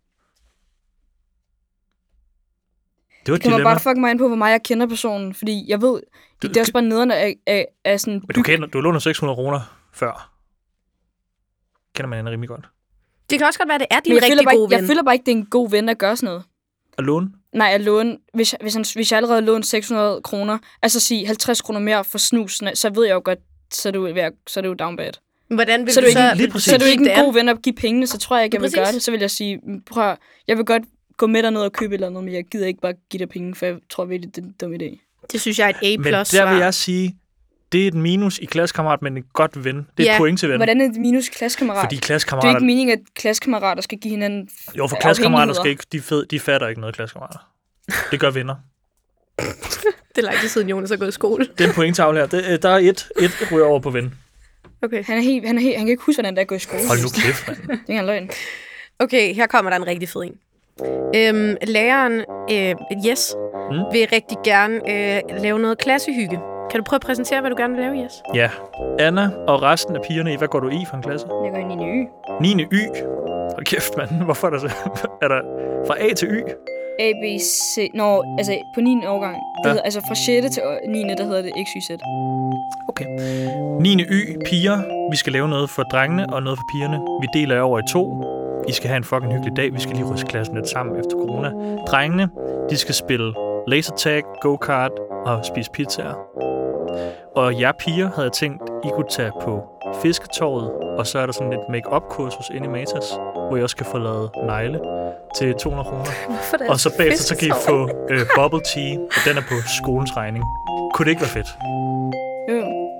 Det var et Kan man dilemma. bare fuck mig ind på, hvor meget jeg kender personen? Fordi jeg ved, Du- det er også bare nederen af, af, af sådan... Men du kender, du har lånt seks hundrede kroner før. Kender man hende rimelig godt. Det kan også godt være, det er din Men jeg føler, rigtig bare gode ikke, ven. jeg føler bare ikke, det er en god ven at gøre sådan noget. At låne? Nej, at låne, hvis, hvis, han, hvis jeg allerede har lånt seks hundrede kroner, altså sige halvtreds kroner mere for snus, så ved jeg jo godt, så er det jo, ved at- så er det jo down bad. Hvordan vil Så er du du ikke, så... lige præcis. så er du ikke det en an? god ven at give pengene, så tror jeg ikke, jeg vil Præcis. gøre det. Så vil jeg sige, prøv at- jeg vil godt gå med derned og købe et eller andet, men jeg gider ikke bare give dig penge, for jeg tror virkelig, det er en dum idé. Det synes jeg er et A Men plus der vil svar. jeg sige, det er et minus i klassekammerat, men en godt ven. Det er Ja. et point til ven. Hvordan er det minus klassekammerat? Fordi Det er klassekammerater... ikke meningen, at klassekammerater skal give hinanden Jo, for klassekammerater skal afhængigheder. ikke... De, fed, de fatter ikke noget klassekammerater. Det gør venner. Det er lang tid siden, Jonas har gået i skole. Det er en pointtavle her. Det, der er et, et ryger over på ven. Okay. Han er helt, han er helt, han kan ikke huske, hvordan der er gået i skole. Hold nu kæft, mand. Det er ikke engang løgn. Okay, her kommer der en rigtig fed en. Øhm, læreren, øh, Jes, Mm. mm. vil rigtig gerne øh, lave noget klassehygge. Kan du prøve at præsentere, hvad du gerne vil lave, Jes? Ja. Anna og resten af pigerne i, hvad går du i for en klasse? Jeg går ind i en Y. niende Y. Hold kæft, mand. Hvorfor er der så... er der fra A til Y? A, B, C... Nå, altså på niende årgang. Det Ja. hedder, altså fra sjette til niende, der hedder det X, Y, Z. Okay. niende Y, piger. Vi skal lave noget for drengene og noget for pigerne. Vi deler jer over i to. I skal have en fucking hyggelig dag. Vi skal lige ryste klassen lidt sammen efter corona. Drengene, de skal spille lasertag, go-kart og spise pizzaer. Og jer piger havde jeg tænkt, I kunne tage på fisketorvet, og så er der sådan et make-up-kursus inde i Matas, hvor I også kan få lavet negle til to hundrede kroner. Hvorfor det Og så bagefter, så kan I få øh, bubble tea, og den er på skolens regning. Kunne det ikke være fedt? Jo.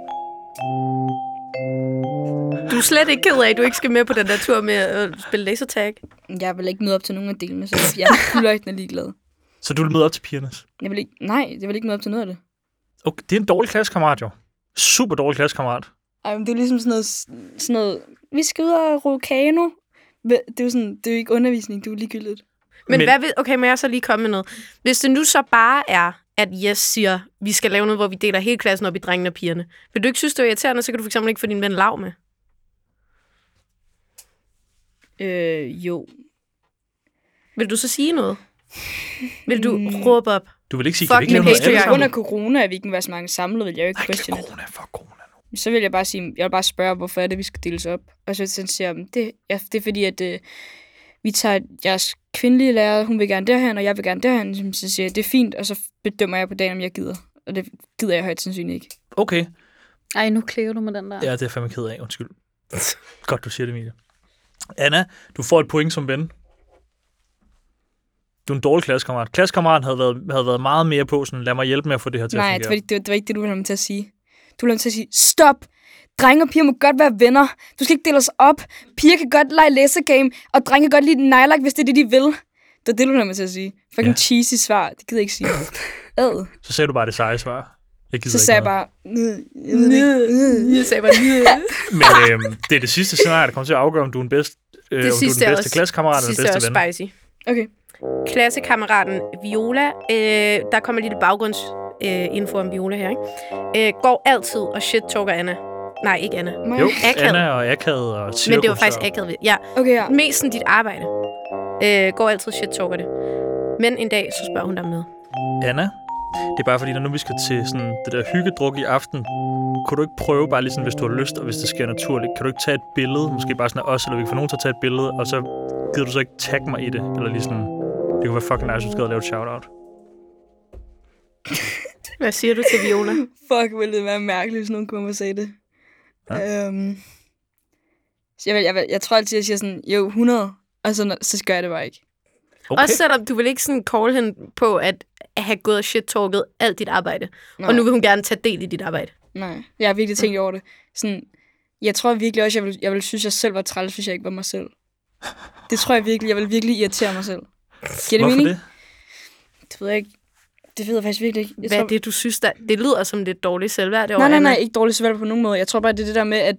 Du er slet ikke ked af, at du ikke skal med på den der tur med at spille lasertag. Jeg vil ikke møde op til nogen af delene, så jeg er fuldøjtende ligeglad. Så du vil møde op til pigernes? Jeg vil ikke, nej, jeg vil ikke møde op til noget af det. Okay, det er en dårlig klassekammerat, jo. Super dårlig klassekammerat. Ej, men det er jo ligesom sådan noget, sådan noget, vi skal ud og ro kano. Det er jo sådan, det er jo ikke undervisning, det er jo ligegyldigt. Men, Men- Men hvad vil, okay, må jeg så lige komme med noget? Hvis det nu så bare er, at Jes siger, vi skal lave noget, hvor vi deler hele klassen op i drengene og pigerne. Vil du ikke synes, det er irriterende, så kan du for eksempel ikke få din ven Lav med? Øh, jo. Vil du så sige noget? Vil du Mm. råbe op? Du vil ikke sige, Fuck kan vi ikke med lave noget patriarchy. alle Under sammen? corona, at vi ikke kan være så mange samlet, vil jeg jo ikke Ej, question it. corona, for corona nu. Så vil jeg bare sige, jeg vil bare spørge, hvorfor er det, vi skal deles op? Og så sådan siger jeg, det, ja, det er fordi, at øh, vi tager jeres kvindelige lærer, hun vil gerne derhen, og jeg vil gerne derhen. Så siger jeg, det er fint, og så bedømmer jeg på dagen, om jeg gider. Og det gider jeg højt sandsynligt ikke. Okay. Ej, nu klæver du med den der. Ja, det er jeg fandme ked af. Undskyld. Godt, du siger det, Emilie. Anna, du får et point som ven. Du er en dårlig klassekammerat. Klassekammeraten havde været, havde været meget mere på, sådan, lad mig hjælpe med at få det her til Nej, at det fungere. var, ikke- det, var, det var ikke det, du ville have mig til at sige. Du ville have mig til at sige, stop! Drenge og piger må godt være venner. Du skal ikke dele os op. Piger kan godt lege lasergame, og drenge kan godt lide nejlak, hvis det er det, de vil. Det var det, du ville have mig til at sige. Fucking Ja. ja. cheesy svar. Det gider jeg ikke sige. Ad. Så sagde du bare det seje svar. Jeg gider Så ikke sagde jeg noget. bare... Jeg sagde bare, Men øhm, det er det sidste scenarie, der kommer til at afgøre, om du er den bedste, øh, Det om du sidste er er den bedste også- klassekammerat eller sidste den er bedste også ven. spicy. Okay. Klassekammeraten Viola, øh, der kommer lidt baggrundsinfo øh, info om Viola her, ikke? Øh, går altid og shit-talker Anna. Nej, ikke Anna. Mig? Jo, Akavet. Anna og Akavet og cirkus. Men det var faktisk og- akavet. Ja, Okay, ja. mest sådan dit arbejde. Øh, går altid og shit-talker det. Men en dag, så spørger hun dig om noget. Anna, det er bare fordi, når nu vi skal til sådan det der hyggedruk i aften, kunne du ikke prøve bare lige sådan, hvis du har lyst, og hvis det sker naturligt, kan du ikke tage et billede, måske bare sådan af os, eller vi kan få nogen til at tage et billede, og så gider du så ikke tagge mig i det, eller lige sådan, det kunne være fucking nice, hvis du skal lave et shout-out. Hvad siger du til Viola? Fuck, ville det være mærkeligt, hvis nogen kommer og sagde det. Ja. Øhm, så jeg, vil, jeg, vil, jeg tror altid, jeg siger sådan, jo, hundrede, og så, så gør jeg det bare ikke. Okay. Også selvom du vil ikke sådan call hende på at have gået og shit-talket alt dit arbejde. Nej. Og nu vil hun gerne tage del i dit arbejde. Nej, jeg har virkelig tænkt over det. Sådan, jeg tror virkelig også, jeg vil, jeg vil synes, jeg selv var træls, hvis jeg ikke var mig selv. Det tror jeg virkelig, jeg vil virkelig irritere mig selv. Giver det Hvorfor mening? det? Det ved jeg ikke. Det ved jeg faktisk virkelig ikke. Jeg Hvad tror... er det, du synes, der... Det lyder som lidt dårligt selvværd. Nej, nej, nej, ikke dårligt selvværd på nogen måde. Jeg tror bare, det er det der med, at...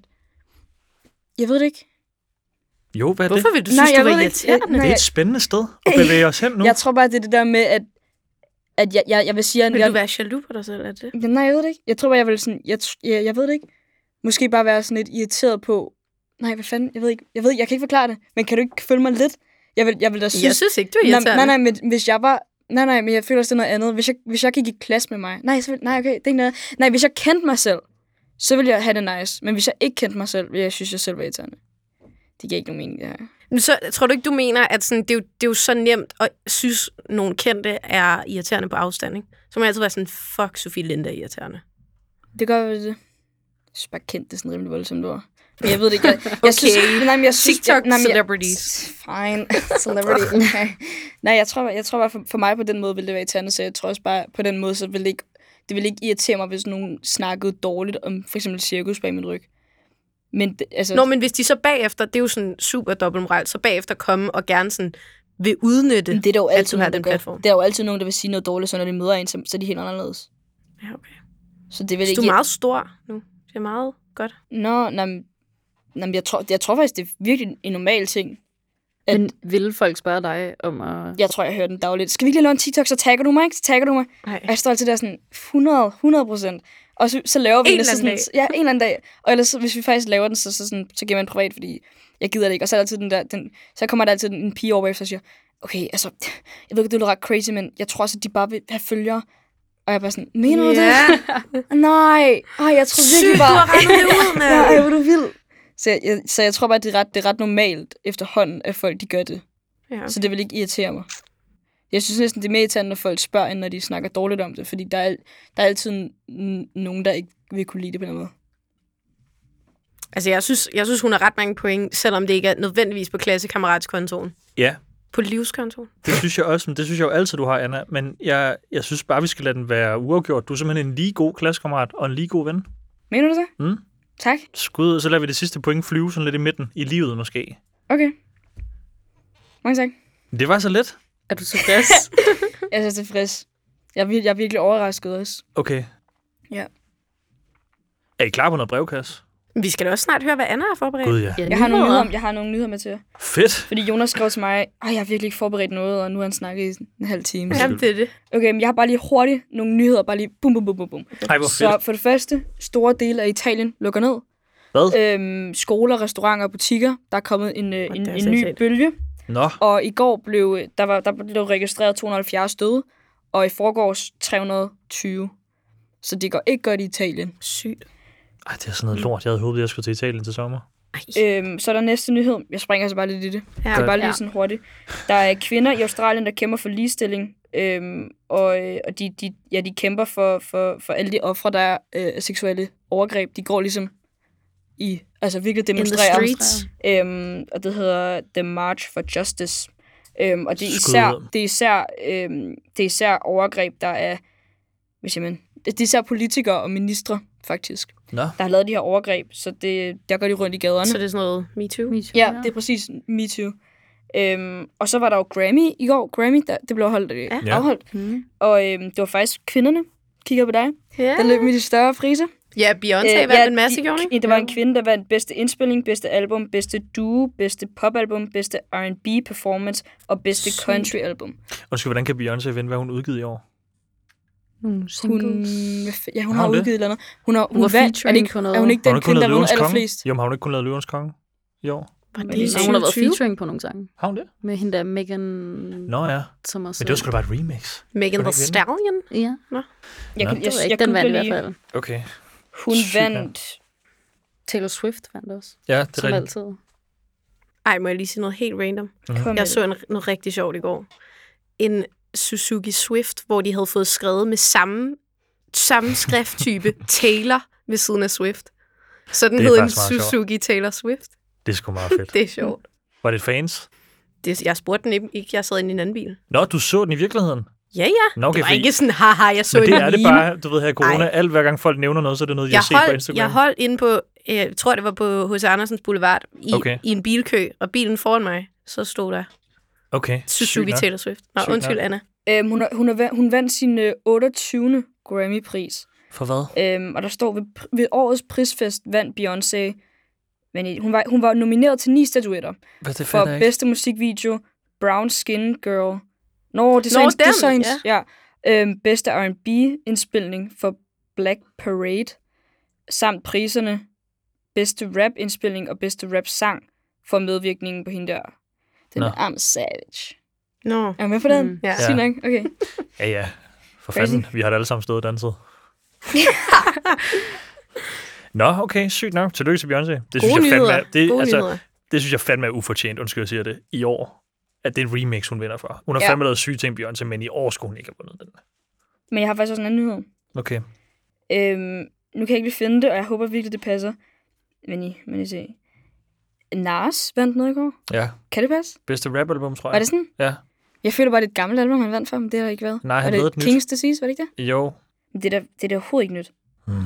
Jeg ved det ikke. Jo, hvad er Hvorfor det? vil du Nej, synes, jeg du var ved det ikke. irriterende? Nej, Det er et spændende sted at bevæge os hen nu. Jeg tror bare, det er det der med, at, at jeg, jeg, jeg vil sige... At Vil jeg, du være jaloux på dig selv, er det? Nej, jeg ved det ikke. Jeg tror bare, jeg vil sådan... Jeg, jeg, jeg ved det ikke. Måske bare være sådan lidt irriteret på... Nej, hvad fanden? Jeg ved ikke. Jeg ved jeg kan ikke forklare det. Men kan du ikke følge mig lidt? Jeg vil, jeg vil da synes... Jeg synes ikke, du er nej, irriterende. nej, nej, men hvis jeg var... Nej, nej, men jeg føler også, det er noget andet. Hvis jeg, hvis jeg gik i klasse med mig... Nej, så vil, nej, okay, det er ikke noget. Nej, hvis jeg kendte mig selv, så ville jeg have det nice. Men hvis jeg ikke kendte mig selv, ville jeg synes, jeg selv var irriterende. Det giver ikke nogen mening, det her. Men så tror du ikke, du mener, at sådan, det, er jo, det er jo så nemt at synes, nogle kendte er irriterende på afstand, ikke? Så må jeg altid være sådan, fuck, Sofie Linde er irriterende. Det gør vel det. Jeg synes bare, kendt det sådan rimelig voldsomt ord. Men jeg ved det ikke. Jeg, jeg synes, nej, men jeg synes, TikTok jeg, nej, men jeg- celebrities. Fine. Celebrity. Nej, nej jeg tror, jeg tror bare, for, for mig på den måde ville det være irriterende, så jeg tror også bare, på den måde, så ville det ikke, det ville ikke irritere mig, hvis nogen snakkede dårligt om for eksempel cirkus bag min ryg. Men det, altså... Nå, men hvis de så bagefter, det er jo sådan super dobbeltmoral, så bagefter komme og gerne sådan vil udnytte, det er der jo at altid du har nogen, der den gør. platform. Der er jo altid nogen, der vil sige noget dårligt, så når de møder en, så, så er de helt anderledes. Ja, okay. Så det vil Så ikke... du er meget stor nu. Det er meget godt. Nå, nej, men- nej, men jeg tror, jeg tror faktisk, det er virkelig en normal ting. At, Men ville folk spørge dig om at... jeg tror, jeg hører den dagligt. Skal vi ikke lige lave en TikTok, så tagger du mig, ikke? Så tagger du mig. Nej. Og jeg står altid der sådan hundrede, hundrede procent. Og så, så laver vi En den, så eller anden sådan, ja, en eller anden dag. Og ellers, så, hvis vi faktisk laver den, så, så, sådan, så giver man privat, fordi jeg gider det ikke. Og så er der altid den der, den, så kommer der altid en pige over efter og siger, okay, altså, jeg ved ikke, det er ret crazy, men jeg tror også, at de bare vil have følgere. Og jeg er bare sådan, mener du Ja. det? Nej. Ej, jeg tror Sygt, virkelig du bare... har regnet det ud, mand. Ja, ej, hvor er du vild. Så jeg, jeg, så jeg tror bare, at det er, ret, det er ret normalt efterhånden, at folk de gør det. Ja. Så det vil ikke irritere mig. Jeg synes næsten, det er mere irriterende, når folk spørger, end når de snakker dårligt om det. Fordi der er, der er altid n- nogen, der ikke vil kunne lide det på den måde. Altså, jeg synes, jeg synes, hun har ret mange point, selvom det ikke er nødvendigvis på klassekameratskontoen. Ja, På livskontoen. det synes jeg også, men det synes jeg jo altid, du har, Anna. Men jeg, jeg synes bare, vi skal lade den være uafgjort. Du er simpelthen en lige god klassekammerat og en lige god ven. Mener du det? Mm. Tak. Skud, så lader vi det sidste point flyve sådan lidt i midten i livet måske. Okay. Mange tak. Det var så let. Er du tilfreds? Jeg er så tilfreds. Jeg er, vir- jeg er virkelig overrasket også. Okay. Ja. Er I klar på noget brevkasse? Vi skal da også snart høre, hvad Anna har forberedt. Gud, ja. Ja, Jeg har, nogle nyheder. nyheder, jeg har nogle nyheder med til jer. Fedt. Fordi Jonas skrev til mig, at jeg har virkelig ikke forberedt noget, og nu har han snakket i en halv time. Jamen, det er det. Okay, men jeg har bare lige hurtigt nogle nyheder, bare lige bum, bum, bum, bum, bum. Ej, hvor Så fedt. for det første, store dele af Italien lukker ned. Hvad? Øhm, skoler, restauranter og butikker. Der er kommet en, øh, Og en, det er en ny sindssygt. bølge. Nå, Og i går blev der, var, der blev registreret to hundrede og halvfjerds døde, og i forgårs tre hundrede og tyve. Så det går ikke godt i Italien. Sygt. ej, det er sådan noget lort. Jeg havde håbet, at jeg skulle til Italien til sommer. Øhm, så er der næste nyhed. Jeg springer altså bare lidt i det. Ja. Det er bare lige Ja. sådan hurtigt. Der er kvinder i Australien, der kæmper for ligestilling. Øhm, og øh, og de, de, ja, de kæmper for, for, for alle de ofre, der er øh, af seksuelle overgreb. De går ligesom i, altså virkelig In the demonstrerer. streets. Øhm, og det hedder The March for Justice. Øhm, og det er Skud især, ud. det er især, øhm, det er især overgreb, der er, hvad siger man, det er især politikere og ministre, faktisk, Nå, der har lavet de her overgreb. Så det, der går de rundt i gaderne. Så det er sådan noget MeToo. Ja, det er præcis MeToo. Øhm, og så var der jo Grammy i går. Grammy, der, det blev holdt, øh, Ja. Ja. afholdt. Mm. Og øhm, det var faktisk kvinderne, kigger på dig. Ja, Der løb med de større priser. ja Beyoncé Øh, vandt ja, en masse, de- gjorde hun ikke? Der var en kvinde, der vandt bedste indspilning, bedste album, bedste duo, bedste popalbum, bedste R and B performance og bedste Sygt. country album. Undskyld, hvordan kan Beyoncé vinde, hvad hun udgivet i år? Nogle Hun, singles. hvad f- ja, hun Har har hun det? udgivet et eller andet. Hun, har, hun, Hun var vandt, er, featuring det ikke, på noget. er hun ikke Har hun den ikke kun kvinde, der lavet har vundet Løvens Konge? allerflest? Jo, men har hun ikke kun lavet Løvens Konge i år? Var Men det det er i Nej, hun har været syvogtyve? featuring på nogle sange. Har hun det? Med hende der Megan... Nå ja, Som også... men det var sgu da bare et remix. Megan Kan the hun ikke vinde? Stallion? Ja, Jeg, Nå. jeg, jeg, det var jeg, ikke den vandt i googler hvert lige. fald. Okay. Hun Sygt, ja. vandt... Taylor Swift vandt også, Ja, det er som rigtigt. altid. Ej, må jeg lige sige noget helt random? Mhm. Kom med Jeg det. så en, noget rigtig sjovt i går. En Suzuki Swift, hvor de havde fået skrevet med samme, samme skrifttype Taylor ved siden af Swift. Så den Det er hed en faktisk meget sjovt. Suzuki Taylor Swift. Det er sgu meget fedt. Det er sjovt. Var det fans? Det, jeg spurgte den ikke, ikke, jeg sad inde i en anden bil. Nå, du så den i virkeligheden? Ja, ja. Nå, okay, Det var fordi- ikke sådan, haha, jeg så Men det en er det meme. bare, du ved her i corona, Ej. alt hver gang folk nævner noget, så er det noget, de Jeg har set på holdt, Instagram. jeg holdt inde på, øh, jeg tror det var på H C Andersens Boulevard, i, Okay. i en bilkø, og bilen foran mig, så stod der Okay, Suzuki sygt nok. Taylor Swift. Nå, Sygt undskyld, nok. Anna. Øhm, hun, har, hun, har, van- hun vandt sin øh, otteogtyvende Grammy-pris. For hvad? Øhm, og der står, ved, pr- ved årets prisfest vandt Beyoncé. Men i- hun var, hun var nomineret til ni statuetter. Hvad det For fatter jeg ikke. bedste musikvideo, Brown Skin Girl. Nå, det er så Nå, hendes, det er den, så hendes, ja. ja. Øhm, bedste R and B-indspilning for Black Parade. Samt priserne bedste rap-indspilning og bedste rap-sang for medvirkningen på hende der. Den Nå. er I'm Savage. Nå. Er du med på den? Mm. Ja. Sygt nok, okay. Ja, ja. For Crazy. fanden, vi har da alle sammen stået og danset. Nå, okay, sygt nok. Tillykke til Beyoncé. Det synes Gode jeg fandme nyheder. er, det, Gode altså, nyheder. det synes jeg fandme er ufortjent, undskyld, jeg siger det, i år. At det er en remix, hun vinder for. Hun har Ja. fandme lavet syge ting, Beyoncé, men i år skulle hun ikke have vundet den. Men jeg har faktisk også en anden nyhed. Okay. Øhm, nu kan jeg ikke lige finde det, og jeg håber virkelig, det passer. Men I, men I se. Nas vandt noget i går. Ja. Kan det passe? Bedste rap-album, tror jeg. Var det sådan? Ja. Jeg føler bare, det er et gammelt album, han vandt for, men det har der ikke været. Nej, han var lavede det et nyt. King's Disease, var det ikke det? Jo. Men det er da, det er da overhovedet ikke nyt. Hmm.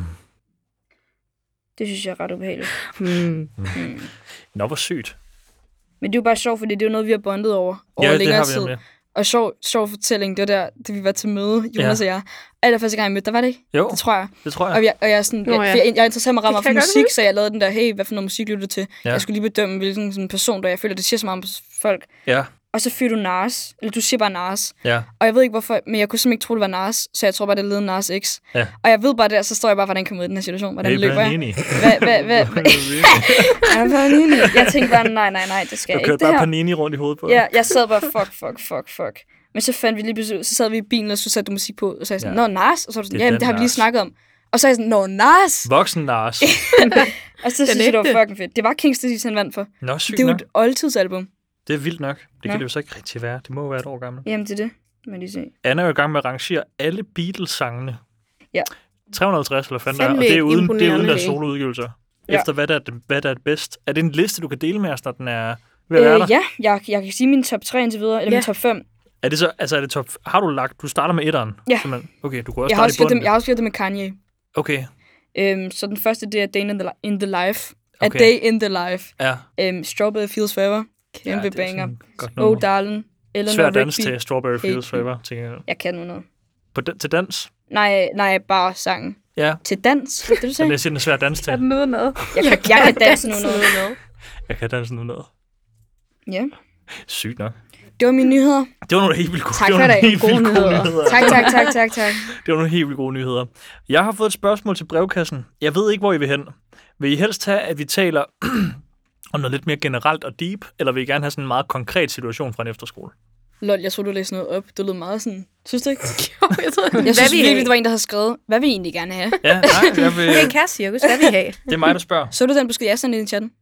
Det synes jeg er ret ubehageligt. Hmm. Mm. Nå, hvor sygt. Men det er jo bare sjovt, fordi det er jo noget, vi har bondet over, over Ja, det længere har vi tid. nemlig. Og sjov, sjov fortælling, det var der, det vi var til møde, Jonas ja. og jeg. Allerførste gang jeg mødte, der var det ikke? Jo, Det tror jeg. det tror Og jeg. jeg, og jeg, er sådan, Nå, jeg, ja. for jeg, jeg interesserer mig ret Det meget kan for jeg godt musik, huske. så jeg lavede den der, hey, hvad for noget musik lytter du til? Ja. Ja. Jeg skulle lige bedømme, hvilken sådan person, der jeg føler, det siger så meget om folk. Ja, Og så fyrer du Nas, eller du siger bare Nas. ja. Og jeg ved ikke hvorfor, men jeg kunne simpelthen ikke tro, det var Nas, så jeg tror bare, det ledede Nas X. Ja. Og jeg ved bare der, så står jeg bare, hvordan jeg kommer ud i den her situation. Hvordan Hey, løber jeg? Panini. Hvad, hvad, hvad, hvad? Ja, Panini. Jeg tænkte bare, nej, nej, nej, det skal Du jeg ikke kørte det bare her. Panini rundt i hovedet på Ja, jeg sad bare, fuck, fuck, fuck, fuck. Men så fandt vi lige pludselig, så sad vi i bilen, og så satte du musik på, og så sagde jeg sådan, Ja. nå, Nas? Og så var du sådan, Det er jamen, den det har vi lige Nas. snakket om. Og så er jeg sådan, nå, Nas? Voksen Lars. Og så synes jeg, det var ægte. fucking fedt. Det var King's Disease, han vandt for. Nå, sygt Det er jo nok. et oldtidsalbum. Det er vildt nok. Det Nå. kan det jo så ikke rigtig være. Det må jo være et år gammelt. Jamen, det er det. Men lige se. Anna er jo i gang med at rangere alle Beatles-sangene. Ja. tre hundrede og halvtreds, eller fanden der er. Og Fandme det er uden, det er imponerende. uden deres soloudgivelser. Ja. Efter hvad der, er det, hvad der er det bedst. Er det en liste, du kan dele med os, når den er ved at være der? Øh, ja, jeg, jeg kan sige min top tre indtil videre, eller Ja. min top fem. Er det så, altså er det top, har du lagt, du starter med etteren? Ja. Simpelthen. Okay, du kunne også Jeg har starte også i skrevet bunden. dem, jeg har også skrevet det med Kanye. Okay, Øhm, så den første, det er Day in the, Li- in the Life. A Okay. Day in the Life. ja. Øhm, Strawberry Feels Forever. Kæmpe ja, ja, det er banger. sådan godt Oh, nummer. darling. Eleanor Svær dans Rigby. til Strawberry Hate Fields Me. Forever, tænker jeg. Jeg kan nu noget. På den, til dans? Nej, nej, bare sangen. Ja. Til dans, hvad det du Men sagde? jeg siger, den er svær dans til. Er den ude noget? Jeg kan, jeg kan danse nu noget. Jeg kan danse nu noget. Ja. Sygt nok. Det var mine nyheder. Det var nogle helt vildt gode, Tak det for var i nogle dag. helt Gode vildt gode nyheder. nyheder. Tak, tak, tak, tak, tak. Det var nogle helt vildt gode nyheder. Jeg har fået et spørgsmål til brevkassen. Jeg ved ikke, hvor I vil hen. Vil I helst have, at vi taler om noget lidt mere generelt og deep, eller vil I gerne have sådan en meget konkret situation fra en efterskole? Lol, jeg tror du læste noget op. Det lød meget sådan... Synes du ikke? jeg tror, Jeg hvad synes vi virkelig, have? det var en, der havde skrevet, hvad vil I egentlig gerne have? Ja, nej, jeg vil, Det er en kærestcirkus. Hvad vil I have? det er mig, der spørger. Så du den besked, jeg sendte ind i chatten?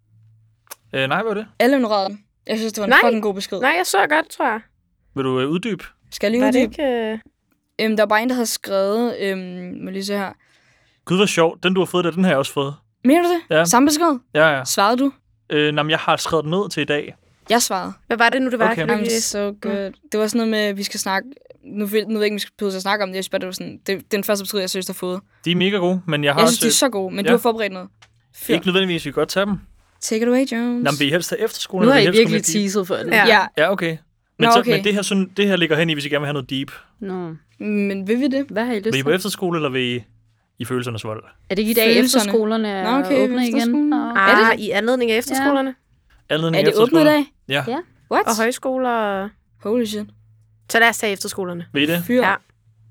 Øh, nej, hvad er det? Alle ignorerede den. Jeg synes, det var en Nej. fucking god besked. Nej, jeg så godt, tror jeg. Vil du øh, uddybe? Skal jeg lige Var det uddybe? ikke... Øh... Øhm, der var bare en, der havde skrevet... Øhm, må lige se her. Gud, hvor sjovt. Den, du har fået, der, den har jeg også fået. Mener du det? Ja. Samme besked? Ja, ja. Svarede du? Øh, nej, men jeg har skrevet den ned til i dag. Jeg svarede. Hvad var det nu, det var? Okay. Kan du I'm lige- so good. Det var sådan noget med, at vi skal snakke... Nu ved, nu ved jeg ikke, om vi skal behøve at snakke om det. Jeg synes bare, det var sådan... Det, det er den første besked, jeg synes, der har fået. De er mega gode, men jeg har Jeg synes, også... de er så gode, men ja. du har forberedt noget. Fyr. Ikke nødvendigvis, vi kan godt tage dem. Take it away, Jones. Nå, men vil I helst have efterskole? Nu har eller I vil helst gå virkelig mere deep? teaset for den. Ja. Ja. Ja, okay. Men, Nå, så, okay. men det, her, sådan, det her ligger hen i, hvis I gerne vil have noget deep. Nå. Men vil vi det? Hvad har I lyst Vil I til? på efterskole, eller vil I i følelsernes vold? Er det ikke i dag, Følelserne? efterskolerne er Nå, okay, åbne igen? efterskolen. Nå. Er Ah, i anledning af efterskolerne Anledning Er det åbnet i dag? Ja. Ja. What? og højskoler. og- Holy shit. Så lad os tage efterskolerne. Ved I det? Fyr. Ja.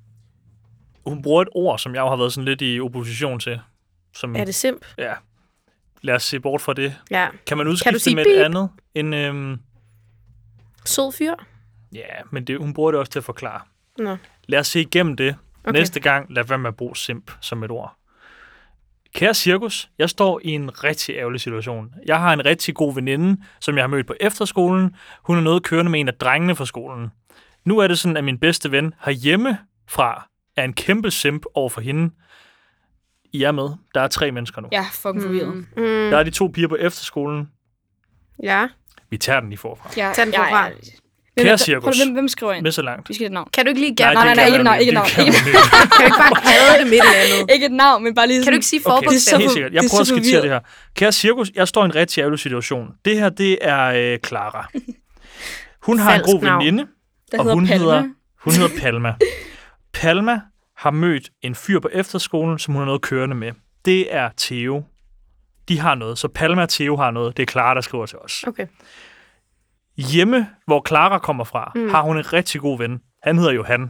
Hun bruger et ord, som jeg jo har været sådan lidt i opposition til. Som, Er det simp? Ja. Lad os se bort fra det. Ja. Kan man Kan udskifte du det sige med beep? et andet? En, øhm, Sød fyr? ja, men det, hun bruger det også til at forklare. Nå. Lad os se igennem det. Okay. Næste gang, lad være med at bruge simp som et ord. Kære Cirkus, jeg står i en rigtig ærgerlig situation. Jeg har en rigtig god veninde, som jeg har mødt på efterskolen. Hun er noget kørende med en af drengene fra skolen. Nu er det sådan, at min bedste ven herhjemme fra er en kæmpe simp over for hende. I er med. Der er tre mennesker nu. Jeg er fucking forvirret. Mm. Mm, Der er de to piger på efterskolen. ja. Vi tager den lige forfra. Jeg, Tag den forfra. jeg- Hvem- Kære prøv- Cirkus. Hvem, hvem skriver ind? Med så langt. Vi skal have et navn. Kan du ikke lige Nej, gerne... nej, det nej, kan ikke et man navn, ikke et navn, Det kan ikke et man ikke. Kan du ikke bare kalde det midt eller andet? Ikke et navn, men bare lige Kan du ikke sige Okay, forbogstav? helt sikkert. Jeg det er prøver at så skitsere det forvirret. her. Kære Cirkus, jeg står i en rigtig ærgerlig situation. Det her, det er øh, Clara. Hun har Falsk en god navn. veninde, Der og hedder hun Palma. hedder, hun hedder Palma. Palma har mødt en fyr på efterskolen, som hun har noget kørende med. Det er Theo. De har noget, så Palma og Theo har noget. Det er Clara, der skriver til os. Okay. Hjemme, hvor Clara kommer fra, Mm. mm. har hun en rigtig god ven. Han hedder Johan.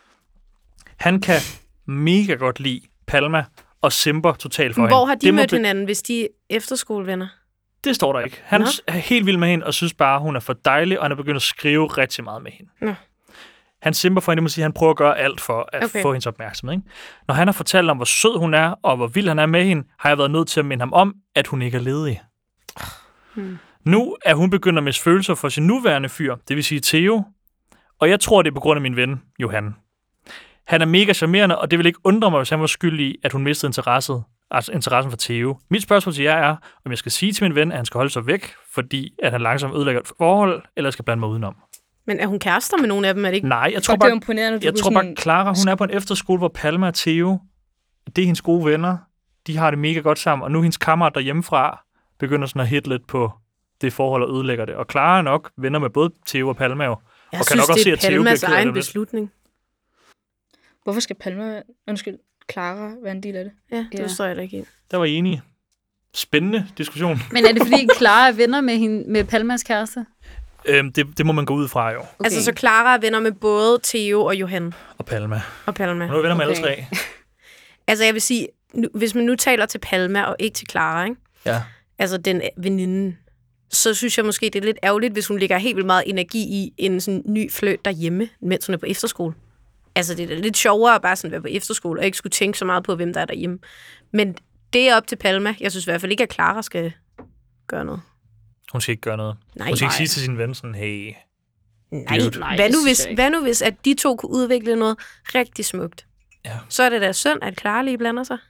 Han kan mega godt lide Palma og simper totalt for Men hende. hvor har de Det må mødt be- hinanden, hvis de er efterskolevenner? Det står der ikke. Han Nå. er helt vild med hende, og synes bare, hun er for dejlig, og han er begyndt at skrive rigtig meget med hende. Nå. Han simper for hende, det må sige, han prøver at gøre alt for at Okay. okay. få hendes opmærksomhed. Ikke? Når han har fortalt om, hvor sød hun er, og hvor vild han er med hende, har jeg været nødt til at minde ham om, at hun ikke er ledig. Hmm. Nu er hun begyndt at miste følelser for sin nuværende fyr, det vil sige Theo, og jeg tror, det er på grund af min ven, Johan. Han er mega charmerende, og det vil ikke undre mig, hvis han var skyld i, at hun mistede interessen, altså interessen for Theo. Mit spørgsmål til jer er, om jeg skal sige til min ven, at han skal holde sig væk, fordi at han langsomt ødelægger et forhold, eller skal blande mig udenom. Men er hun kærester med nogle af dem? Er det ikke? Nej, jeg Jeg tror tror, det er bare, imponerende, du jeg kunne tror sådan... bare, Clara, hun er på en efterskole, hvor Palma og Theo, det er hendes gode venner. De har det mega godt sammen, og nu er hendes kammerat derhjemmefra begynder sådan at hitte lidt på det forhold og ødelægger det. Og Clara er nok venner med både Theo og Palma jo. Jeg Og kan synes, nok også se, det er at Theo bliver Palmas ked af egen det lidt. beslutning. Hvorfor skal Palma, undskyld, Clara være en del af det? Ja, det Ja. forstår jeg da ikke helt. Der var I enige. Spændende diskussion. Men er det fordi Clara er venner med, hende, med Palmas kæreste? Øhm, det, det må man gå ud fra jo. Okay. Altså, så Clara er venner med både Theo og Johan Og Palma. og Palma. Nu er vi venner med Okay. alle tre. Altså, jeg vil sige, nu, hvis man nu taler til Palma og ikke til Clara, ikke? Ja. Altså den veninde, så synes jeg måske, det er lidt ærgerligt, hvis hun lægger helt vildt meget energi i en sådan ny fløjt derhjemme, mens hun er på efterskole. Altså, det er lidt sjovere at bare sådan være på efterskole, og ikke skulle tænke så meget på, hvem der er derhjemme. Men det er op til Palma. Jeg synes i hvert fald ikke, at Clara skal gøre noget. Hun skal ikke gøre noget. Nej, Hun skal ikke nej. sige til sin ven sådan, hey, Nej, Dude. Nej, hvad, det nu synes hvis, jeg ikke. hvad nu hvis, at de to kunne udvikle noget rigtig smukt? Ja. Så er det da synd, at Clara lige blander sig.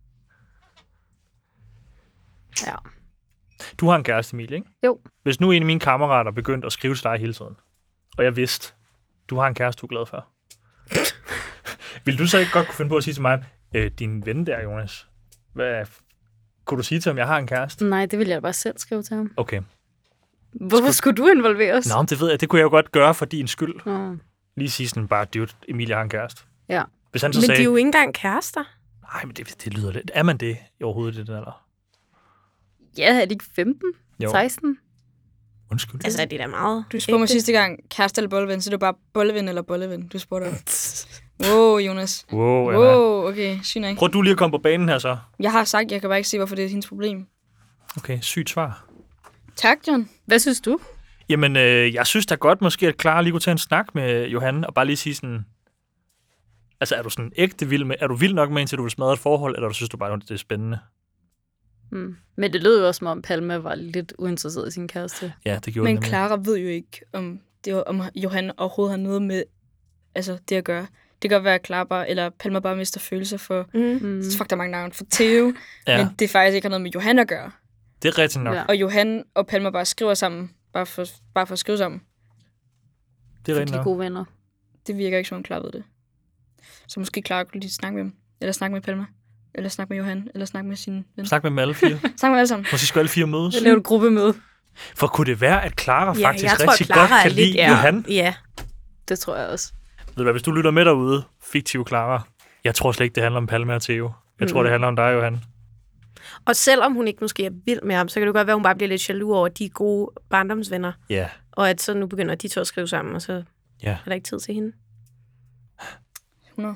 Ja. du har en kæreste, Emilie, ikke? Jo. Hvis nu en af mine kammerater begyndte at skrive til dig hele tiden, og jeg vidste, du har en kæreste, du er glad for, vil du så ikke godt kunne finde på at sige til mig, øh, din ven der, Jonas, hvad, kunne du sige til ham, jeg har en kæreste? Nej, det ville jeg da bare selv skrive til ham. Okay. Hvorfor skulle du involveres? Nå, men det ved jeg, det kunne jeg jo godt gøre for din skyld. Nå. Lige sige sådan bare, dude, Emilie har en kæreste. Ja. Hvis han så Men sagde, de er jo ikke engang kærester. nej, men det, det lyder lidt. Er man det i overhovedet i den alder? Ja, er det ikke femten? Jo. seksten? Undskyld. Altså, det er da meget. Du spurgte mig ægte. sidste gang, kæreste eller bolleven, så det var bare bolleven eller bolleven, du spurgte om. Wow, Jonas. Wow, Anna. Wow, okay, sygt nok. Prøv du lige at komme på banen her så. Jeg har sagt, jeg kan bare ikke se, hvorfor det er hendes problem. Okay, sygt svar. Tak, John. Hvad synes du? Jamen, øh, jeg synes da godt måske, at Clara lige kunne tage en snak med Johan, og bare lige sige sådan, altså er du sådan ægte vild med, er du vild nok med, indtil du vil smadre et forhold, eller du synes du bare, det er spændende? Hmm. Men det lød jo også, som om Palma var lidt uinteresseret i sin kæreste. Ja, det gjorde Men det nemlig. Clara ved jo ikke, om, det var, om Johan overhovedet har noget med altså, det at gøre. Det kan godt være, at Clara bare, eller Palma bare mister følelser for, Mm. Mm. fuck, der er mange navne, for Theo, Ja, men det faktisk ikke har noget med Johan at gøre. det er rigtigt nok. Ja. Og Johan og Palma bare skriver sammen, bare for, bare for at skrive sammen. Det er De rigtigt er nok. gode venner. Det virker ikke, som om Clara ved det. Så måske Clara kunne lige snakke med dem, eller snakke med Palma, eller snakke med Johan, eller snakke med sin ven. Snak med dem alle fire. Snak med alle sammen. Måske skulle alle fire mødes. Jeg lavede et gruppemøde. For kunne det være, at Clara Ja, faktisk jeg tror, rigtig Clara godt er kan lidt- lide ja. Johan? Ja. Det tror jeg også. Ved du hvad, hvis du lytter med derude, fiktiv Clara, jeg tror slet ikke, det handler om Palme og Theo. Jeg tror, Mm. det handler om dig, Johan. Og selvom hun ikke måske er vild med ham, så kan det godt være, at hun bare bliver lidt jaloux over de gode barndomsvenner. Ja. Og at så nu begynder de to at skrive sammen, og så Ja. er der ikke tid til hende. hundrede.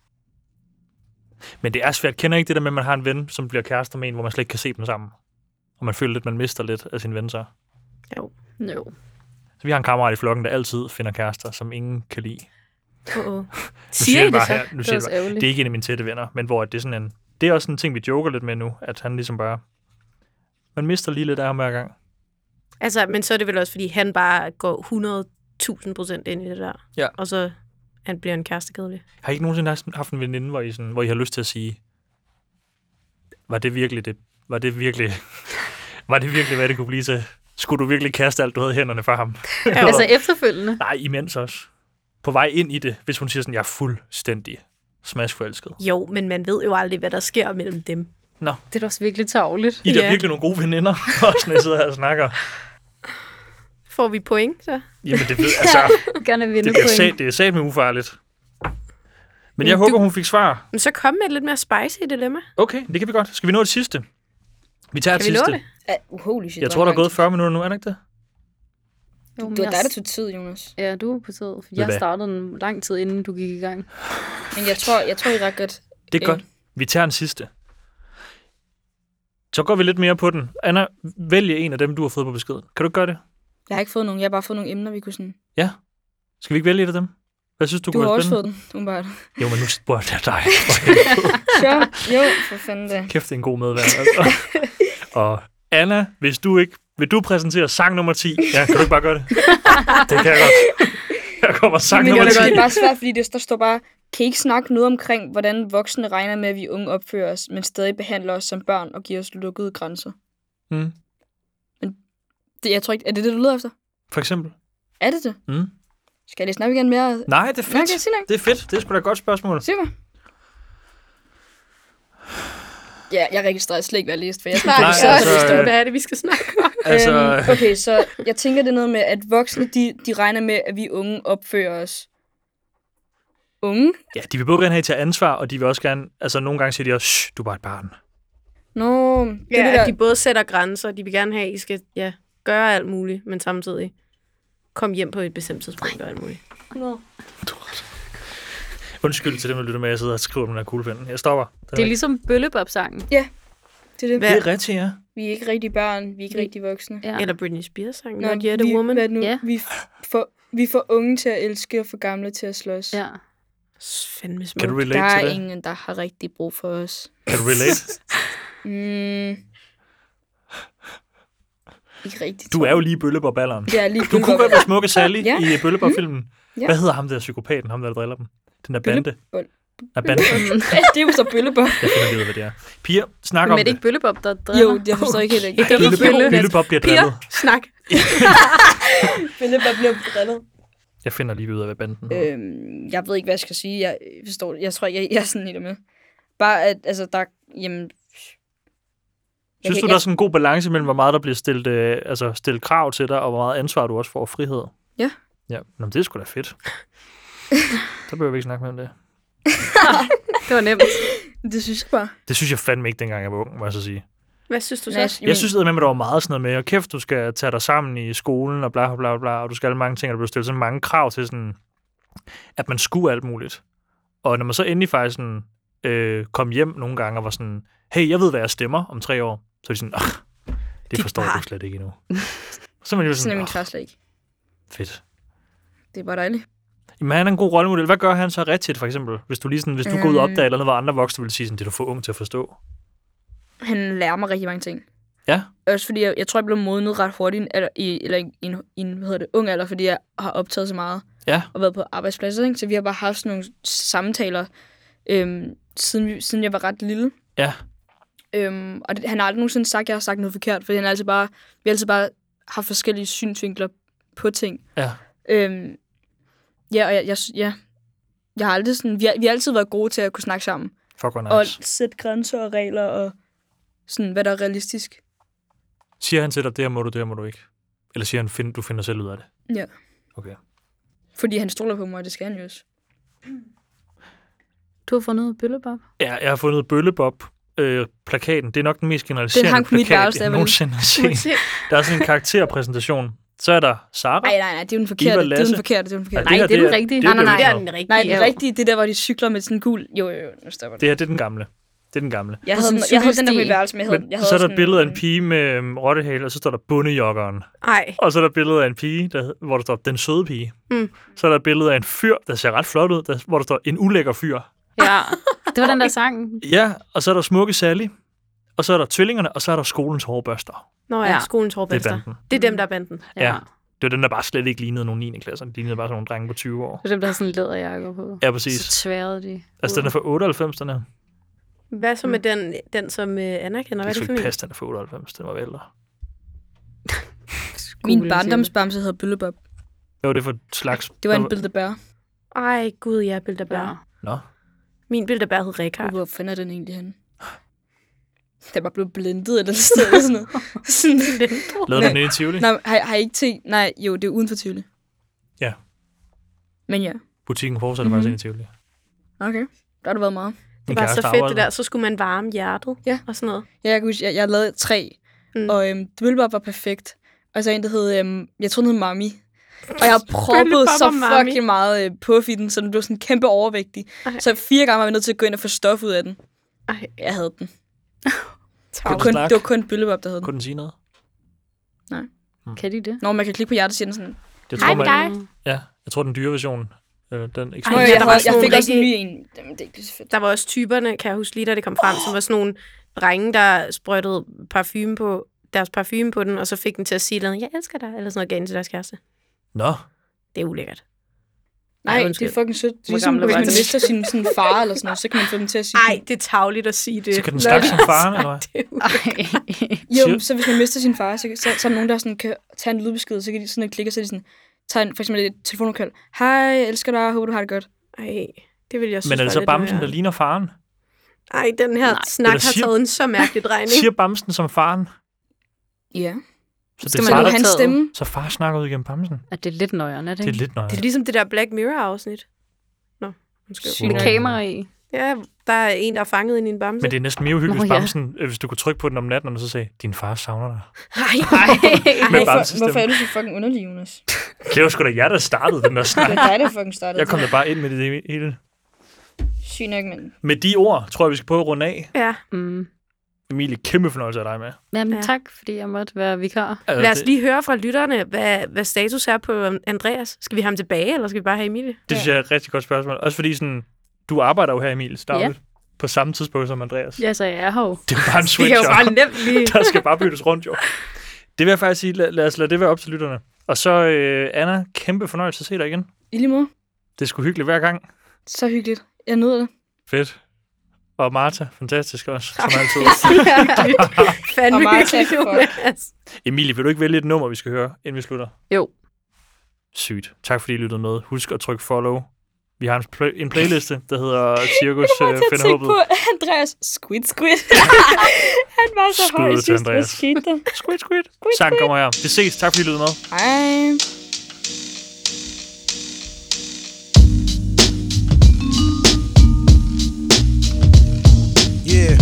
Men det er svært. Kender I ikke det der med, at man har en ven, som bliver kærester med en, hvor man slet ikke kan se dem sammen? Og man føler lidt, man mister lidt af sin ven så. Jo. Jo. Så vi har en kammerat i flokken, der altid finder kærester, som ingen kan lide. Oh, oh. Nu Siger jeg I det bare så? her, nu Det siger er jeg også bare, ærgerligt. det er ikke en af mine tætte venner, men hvor det er sådan en, det er også en ting, vi joker lidt med nu, at han ligesom bare, man mister lige lidt af ham hver gang. Altså, men så er det vel også, fordi han bare går hundrede tusind procent ind i det der. Ja. Og så han bliver en kærestekedelig. Har I ikke nogensinde haft- haft en veninde, hvor I, sådan, hvor I har lyst til at sige, var det virkelig det, var det virkelig, var det virkelig, hvad det kunne blive til? Skulle du virkelig kaste alt, du havde i hænderne for ham? Altså efterfølgende. Nej, imens også. På vej ind i det, hvis hun siger sådan, jeg er fuldstændig smashforelsket. Jo, men man ved jo aldrig, hvad der sker mellem dem. Nå, Det er da også virkelig tarveligt. I er da Ja. virkelig nogle gode veninder, også når I sidder her og snakker. Får vi point, så? Jamen, det ved altså, Gerne vinde det, er point. sat, det er sat med ufarligt. Men Men jeg du- håber, hun fik svar. Men så kom med et lidt mere spicy dilemma. Okay, det kan vi godt. Skal vi nå det sidste? Vi tager Kan det vi sidste. nå det? Ja, uh, holy shit. Jeg tror, der er gået fyrre minutter nu, er det ikke det? Jo, men Det var jeg- dig, der tog tid, Jonas. Ja, du er på tid. For Ved jeg hvad? startede en lang tid, inden du gik i gang. Men jeg tror, jeg tror, I er ret godt. Det er Øh. godt. Vi tager den sidste. Så går vi lidt mere på den. Anna, vælge en af dem, du har fået på beskeden. Kan du ikke gøre det? Jeg har ikke fået nogen. Jeg har bare fået nogle emner, vi kunne sådan... Skal vi ikke vælge et af dem? Hvad synes du, Du kunne har være også spændende? fået den, umiddelbart. Jo, men nu spørger jeg dig. Sure. Jo, for fanden det. Kæft, det er en god medvært. Altså. Og Anna, hvis du ikke... Vil du præsentere sang nummer ti? Ja, kan du ikke bare gøre det? Det kan jeg godt. Her kommer sang Men nummer det ti. er bare svært, fordi det, der står bare, kan I ikke snakke noget omkring, hvordan voksne regner med, at vi unge opfører os, men stadig behandler os som børn og giver os lukkede grænser. Mm. Det, jeg tror ikke, er det det, du leder efter? For eksempel. Er det det? Mm. Skal jeg læse op igen mere? Nej, det er Nå, fedt. okay, sig nok. Det er fedt. Det er sgu da et godt spørgsmål. Super. Ja, jeg registrerer slet ikke, hvad jeg læste, for jeg Nej, Nej, altså, altså, øh, hvad er det, vi skal snakke om? Altså, Øhm, okay, så jeg tænker, det er noget med, at voksne, de, de regner med, at vi unge opfører os. Unge? ja, de vil både gerne have til ansvar, og de vil også gerne... Altså, nogle gange siger de også, shh, du er bare et barn. Nå, det Ja, er det at der... de både sætter grænser, de vil gerne have, at I skal ja, gøre alt muligt, men samtidig komme hjem på et bestemt tidspunkt og alt muligt. Undskyld til dem, der lytter med, at jeg sidder og skriver den her kuglepen. Jeg stopper. Den Det er ligesom Bøllebop-sangen. Det er det. Hvad? det er rigtigt, ja. Vi er ikke rigtig børn, vi er ikke Vi- rigtig voksne. Ja. Eller Britney Spears sang, Nå, Not Yet a vi, Woman. Hvad er det nu? Ja. Vi, får, vi får unge til at elske og for gamle til at slås. Ja. Fandme smukt. Kan du Der relate er til det? ingen, der har rigtig brug for os. Kan du relate? Mm. Ikke rigtigt. Du tror er jo jeg. lige bøllebop-alderen. Jeg er lige Du kunne godt være smukke Sally Ja. i Bøllebop-filmen. Ja. Hvad hedder ham der psykopaten, ham der driller dem? Den der bande? Bøllebop. Nej, bande. Det er jo så bøllebop. Jeg finder lige ud af, hvad det er. Piger, snak Men om er det det. ikke Bøllebop, der driller? Jo, jeg forstår ikke helt. Ikke. Bølle- Bølle. Bøllebop bliver drillet. Piger, snak. Bøllebop bliver drillet. Jeg finder lige ud af, hvad banden hedder. Øhm, jeg ved ikke, hvad jeg skal sige. Jeg forstår det. Jeg tror, jeg, jeg er sådan helt med. Bare at, altså, der, jamen... Synes kan- du, der er sådan en god balance mellem, hvor meget der bliver stillet, øh, altså stillet krav til dig, og hvor meget ansvar du også får, og frihed? Ja. Ja, nå, men det er sgu da fedt. Så behøver vi ikke snakke mere om det. Det var nemt. Det synes jeg bare. Det synes jeg fandme ikke, dengang jeg var ung, må jeg så sige. Hvad synes du så? Nej, Jeg synes, at der var meget sådan noget med, og kæft, du skal tage dig sammen i skolen, og bla bla bla, bla og du skal alle mange ting, og der blev stillet så mange krav til sådan, at man skulle alt muligt. Og når man så endelig faktisk sådan, øh, kom hjem nogle gange og var sådan, hey, jeg ved, hvad jeg stemmer om tre år, så er de sådan, ah, det Dit forstår barn. du slet ikke endnu. Så er man jo sådan er sådan, min oh, far slet ikke. fedt. Det er bare dejligt. Jamen, han er en god rollemodel. Hvad gør han så rigtigt, for eksempel? Hvis du, lige sådan, hvis du går ud og Øhm. opdager eller noget, hvor andre voksne vil sige, sådan, det er du for ung til at forstå. Han lærer mig rigtig mange ting. Ja. Også fordi, jeg, jeg tror, jeg blev modnet ret hurtigt, eller i, eller i en, i en hvad hedder det, ung alder, fordi jeg har optaget så meget. Ja. Og været på arbejdspladser, ikke? Så vi har bare haft sådan nogle samtaler, øhm, siden, vi, siden jeg var ret lille. Ja. Øhm, og det, han har aldrig nogensinde sagt, at jeg har sagt noget forkert, fordi han har altid bare, vi har altid bare haft forskellige synsvinkler på ting. Ja. Øhm, ja, og jeg, jeg, ja, jeg har aldrig sådan, vi har, vi har altid været gode til at kunne snakke sammen. Fuck, hvor Og nice. sætte grænser og regler og sådan, hvad der er realistisk. Siger han til dig, det her må du, det her må du ikke? Eller siger han, find, du finder selv ud af det? Ja. Okay. Fordi han stoler på mig, og det skal han jo også. Du har fundet Bøllebob? Ja, jeg har fundet Bøllebob. Øh, plakaten. Det er nok den mest generaliserende hang på mit plakat, værelse, jeg jeg vil- nogensinde har set. Der er sådan en karakterpræsentation. Så er der Sara. Nej, nej, nej, det er jo den forkerte. Eva Det er Lasse. den forkerte, det er den forkerte. Ja, Nej, det er den rigtige. Det Nej, er nej, nej. Det er det, den rigtige. Nej, den Jo. rigtige, det der, hvor de cykler med sådan en gul... Jo, jo, jo, nu stopper det. det her, det er den gamle. Det er den gamle. Jeg Og havde, sådan den, jeg havde den der på cykelsti. mit værelse, men jeg havde, Men jeg havde så er der også et billede af en en- pige med øhm, rottehale, og så står der bundejoggeren. Ej, Og så er der et billede af en pige, der, hvor der står den søde pige. Mm. Så er der et billede af en fyr, der ser ret flot ud, der, hvor der står en ulækker fyr. Ja, det var den der sang. Ja, og så er der smukke Sally. Og så er der tvillingerne, og så er der skolens hårbørster. nå ja, Ja. skolens Det er hårbørster. banden. Det er dem, der er banden. Ja. Det var den, der bare slet ikke lignede nogen niende klasser. De lignede bare sådan nogle drenge på tyve år. Det er dem, der har sådan en læderjakke på. Ja, præcis. Så tværede de. Altså, den er fra otteoghalvfems, den her. Hvad så med den, den som uh, anerkender? Hvad Det er det skulle for ikke en? passe, den er fra otteoghalvfems. Den var vælter. Min barndomsbamse hedder Bøllebob. Jo, det er for et slags... Det var en Bilderberg. Ej, gud, ja, Bilderberg. Ja. Nå. Min Bilderberg hed Rikard. Hvor finder den egentlig henne? Den var blevet blindet eller sted eller sådan noget. Sådan. Lavede den nede i Tivoli? Nej, har, har I ikke tænkt? Nej, jo, det er uden for Tivoli. Ja. Men ja, Butikken fortsætter Mhm. faktisk ind i Tivoli. okay. Der har du været meget. Det var så fedt, det der. Så skulle man varme hjertet Ja. og sådan noget. Ja, jeg kan huske, jeg, jeg lavede tre, Mm. mm. og øhm, Bøllebob var perfekt. Og så en, der hed, øhm, jeg tror, den hed Mami. Og jeg har proppet Bøllebob så og Mami. fucking meget øh, puff i den, så den blev sådan kæmpe overvægtig. Ej. Så fire gange var jeg nødt til at gå ind og få stof ud af den. Ej, Jeg havde den. Det Kunne var den kun, snakke? det var kun Bøllebob, der havde den. Kunne den sige noget? Kan de det? Når man kan klikke på hjertet, siger den sådan. Det Hej tror med man, dig. ja, jeg tror, den dyre version, øh, den ikke Nå, Ej, jeg, ja, jeg, der var jeg, sådan jeg fik nogle også en ny rigtig- en. Jamen, det er ikke lige så fedt. Der var også typerne, kan jeg huske lige, da det kom frem, som var sådan nogle drenge, der sprøjtede parfume på deres parfume på den, og så fik den til at sige, jeg elsker dig, eller sådan noget, gav den til deres kæreste. Nå, Det er ulækkert. Nej, Ej, det undskyld. er fucking sødt. Det er Hvor ligesom, gammel hvis var man det? mister sin sådan, far eller sådan noget, så kan man få dem til at sige... Ej, det er tavligt at sige det. så kan den snakke som faren, eller hvad? Det er ulækkert. Ej. Jo, Siger- så hvis man mister sin far, så, så, så er der nogen, der sådan, kan tage en lydbesked, så kan de sådan klikke, og så er de sådan, tager en, for eksempel et telefonopkald. Hej, jeg elsker dig, håber du har det godt. Ej, det vil jeg synes Men er det var så lidt bamsen, mere- der ligner faren? Ej, den her Nej. snak Eller har siger- taget en så mærkelig drejning. Siger bamsen som faren? Ja. Så Skal det man far, jo der, hans taget. stemme? så far snakker ud igennem bamsen? At det er lidt nøjeren, er det Det er ikke? lidt nøje. Det er ligesom det der Black Mirror-afsnit. Nå, undskyld. Sygt. Med nok. kamera i. Ja, der er en, der er fanget ind i en bamse. Men det er næsten mere uhyggeligt, Nå, hvis ja. bamsen, øh, hvis du kunne trykke på den om natten, og så sagde, din far savner dig. Ej, Med Hvorfor, bamsestemme. hvorfor er du så fucking underlig, Jonas? Det var sgu da jeg, der startede den der snak. Det er dig, der fucking startede. Jeg kom da bare ind med det hele. Sygt nok, men... Med de ord, tror jeg, vi skal prøve at runde af. ja. Mm. Emilie, kæmpe fornøjelse af dig med. Jamen, Ja. ja. tak, fordi jeg måtte være vikar. Altså, Lad os det, lige høre fra lytterne, hvad, hvad status er på Andreas. Skal vi have ham tilbage, eller skal vi bare have Emilie? det synes jeg er et rigtig godt spørgsmål. Også fordi sådan, du arbejder jo her, Emilie, dagligt. Ja. På samme tidspunkt som Andreas. Ja, så jeg er her jo. Det er jo bare en Det switch. er jo bare nemt lige. Der skal bare byttes rundt, jo. Det vil jeg faktisk sige, lad, lad os lade det være op til lytterne. Og så, øh, Anna, kæmpe fornøjelse at se dig igen. I lige måde. Det er sgu hyggeligt hver gang. Så hyggeligt. Jeg nyder det. Fedt. Og Martha, fantastisk også, som altid. Fandme Og Martha, hyggeligt, fuck. Jonas. Emilie, vil du ikke vælge et nummer, vi skal høre, inden vi slutter? Jo. Sygt. Tak fordi I lyttede med. Husk at trykke follow. Vi har en, play- en playliste, der hedder Cirkus øh, Jeg finder tænkte håbet. på Andreas Squid Squid. Han var så Skud høj til sidst. Hvad Andreas. skete der? Squid, squid. Sang kommer her. Vi ses. Tak fordi I lyttede med. Hej. Yeah.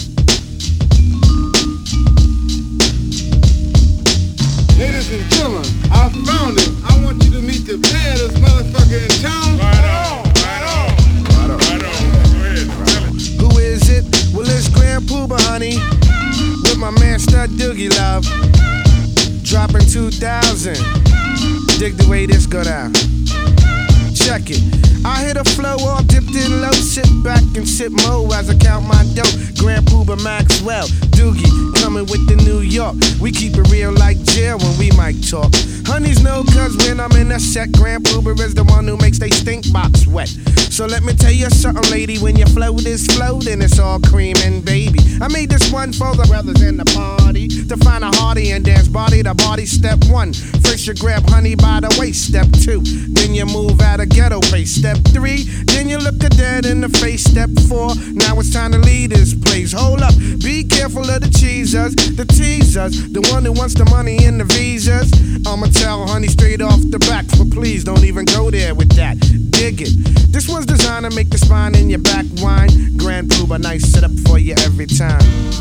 Ladies and gentlemen, I found it. I want you to meet the baddest motherfucker in town. Right on, right on, right on, right on. Go ahead, tell it. Who is it? Well, it's Grand Pooba, honey. With my man Stud Doogie Love. Dropping two thousand. Dig the way this go down. Check it. I hit a flow all dipped in low. Sit back and sip mo as I count my dough. Grand Pooba Maxwell, Doogie, coming with the New York. We keep it real like jail when we might talk. Honeys know cause when I'm in a set, Grand Pooba is the one who makes they stink box wet. So let me tell you something, lady, when your flow is floating, it's all creaming, baby. I made this one for the brothers in the party to find a hearty and dance body to body. Step one, first you grab honey by the waist. Step two, then you move out of ghetto pace. Step three, then you look a dead in the face. Step four, now it's time to leave this place. Hold up, be careful of the cheesers, the teasers, the one who wants the money and the visas. I'ma tell honey straight off the back, but please don't even go there with that. Dig it. This one's designed to make the spine in your back whine. Grand Puba, nice setup for you every time.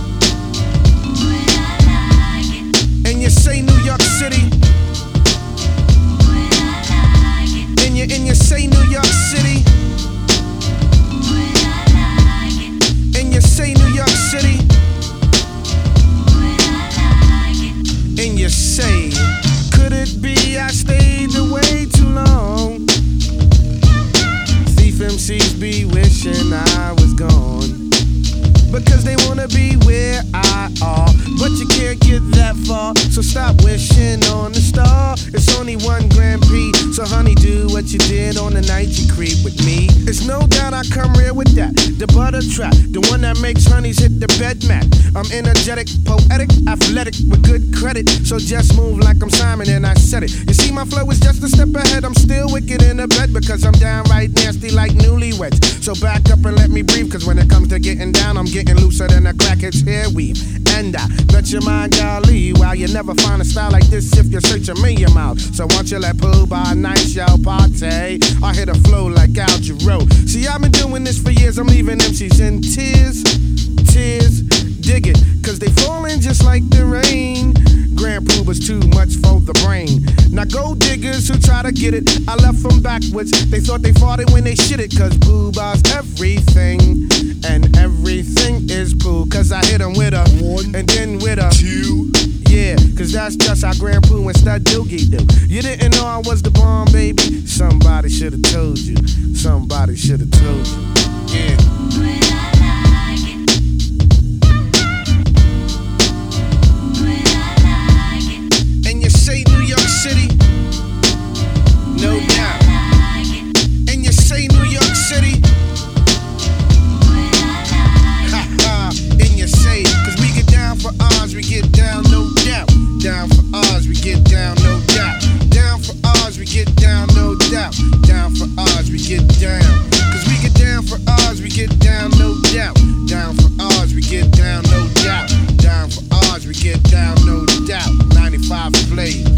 And you say New York City. And you, and you say New York City. And you say New York City. And you say, could it be I stayed away too long? Thief M Cs be wishing I was gone, because they wanna be where I are, but you can't get that far, so stop wishing on the star. It's only one Grand Prix, so honey, do what you did on the night you creep with me. It's no doubt I come real with that, the butter trap, the one that makes honeys hit the bed mat. I'm energetic, poetic, athletic, with good credit, so just move like I'm Simon and I said it. You see my flow is just a step ahead, I'm still wicked in the bed, because I'm downright nasty like newlyweds. So back up and let me breathe, cause when it comes to getting down, I'm getting looser than a crackhead's hair weave. And I bet your mind, golly, while you never find a style like this if you search a million miles. So won't you let Pooh by a nice yo party? I hit a flow like Al Jarreau. See, I've been doing this for years, I'm leaving M Cs in tears, tears. Dig it, cause they falling just like the rain. Grand Puba's too much for the brain. Now go diggers who try to get it, I left them backwards. They thought they fought it when they shit it, cause Puba's everything. And everything is Pooh, cause I hit them with a one, and then with a two. Yeah, cause that's just how Grand Pooh and Stud Doogie do. You didn't know I was the bomb, baby? Somebody should've told you. Somebody should've told you. Yeah. Say New York City, no doubt. And you say New York City, ha ha. And you say, cause we get down for ours, we get down, no doubt. Down for ours, we get down, no doubt. Down for ours, we get down, no doubt. Down for ours, we get down. Cause we get down for ours, we get down, no doubt. Down for ours, we get down, no doubt. Down for ours, we get down, no doubt. ninety-five play.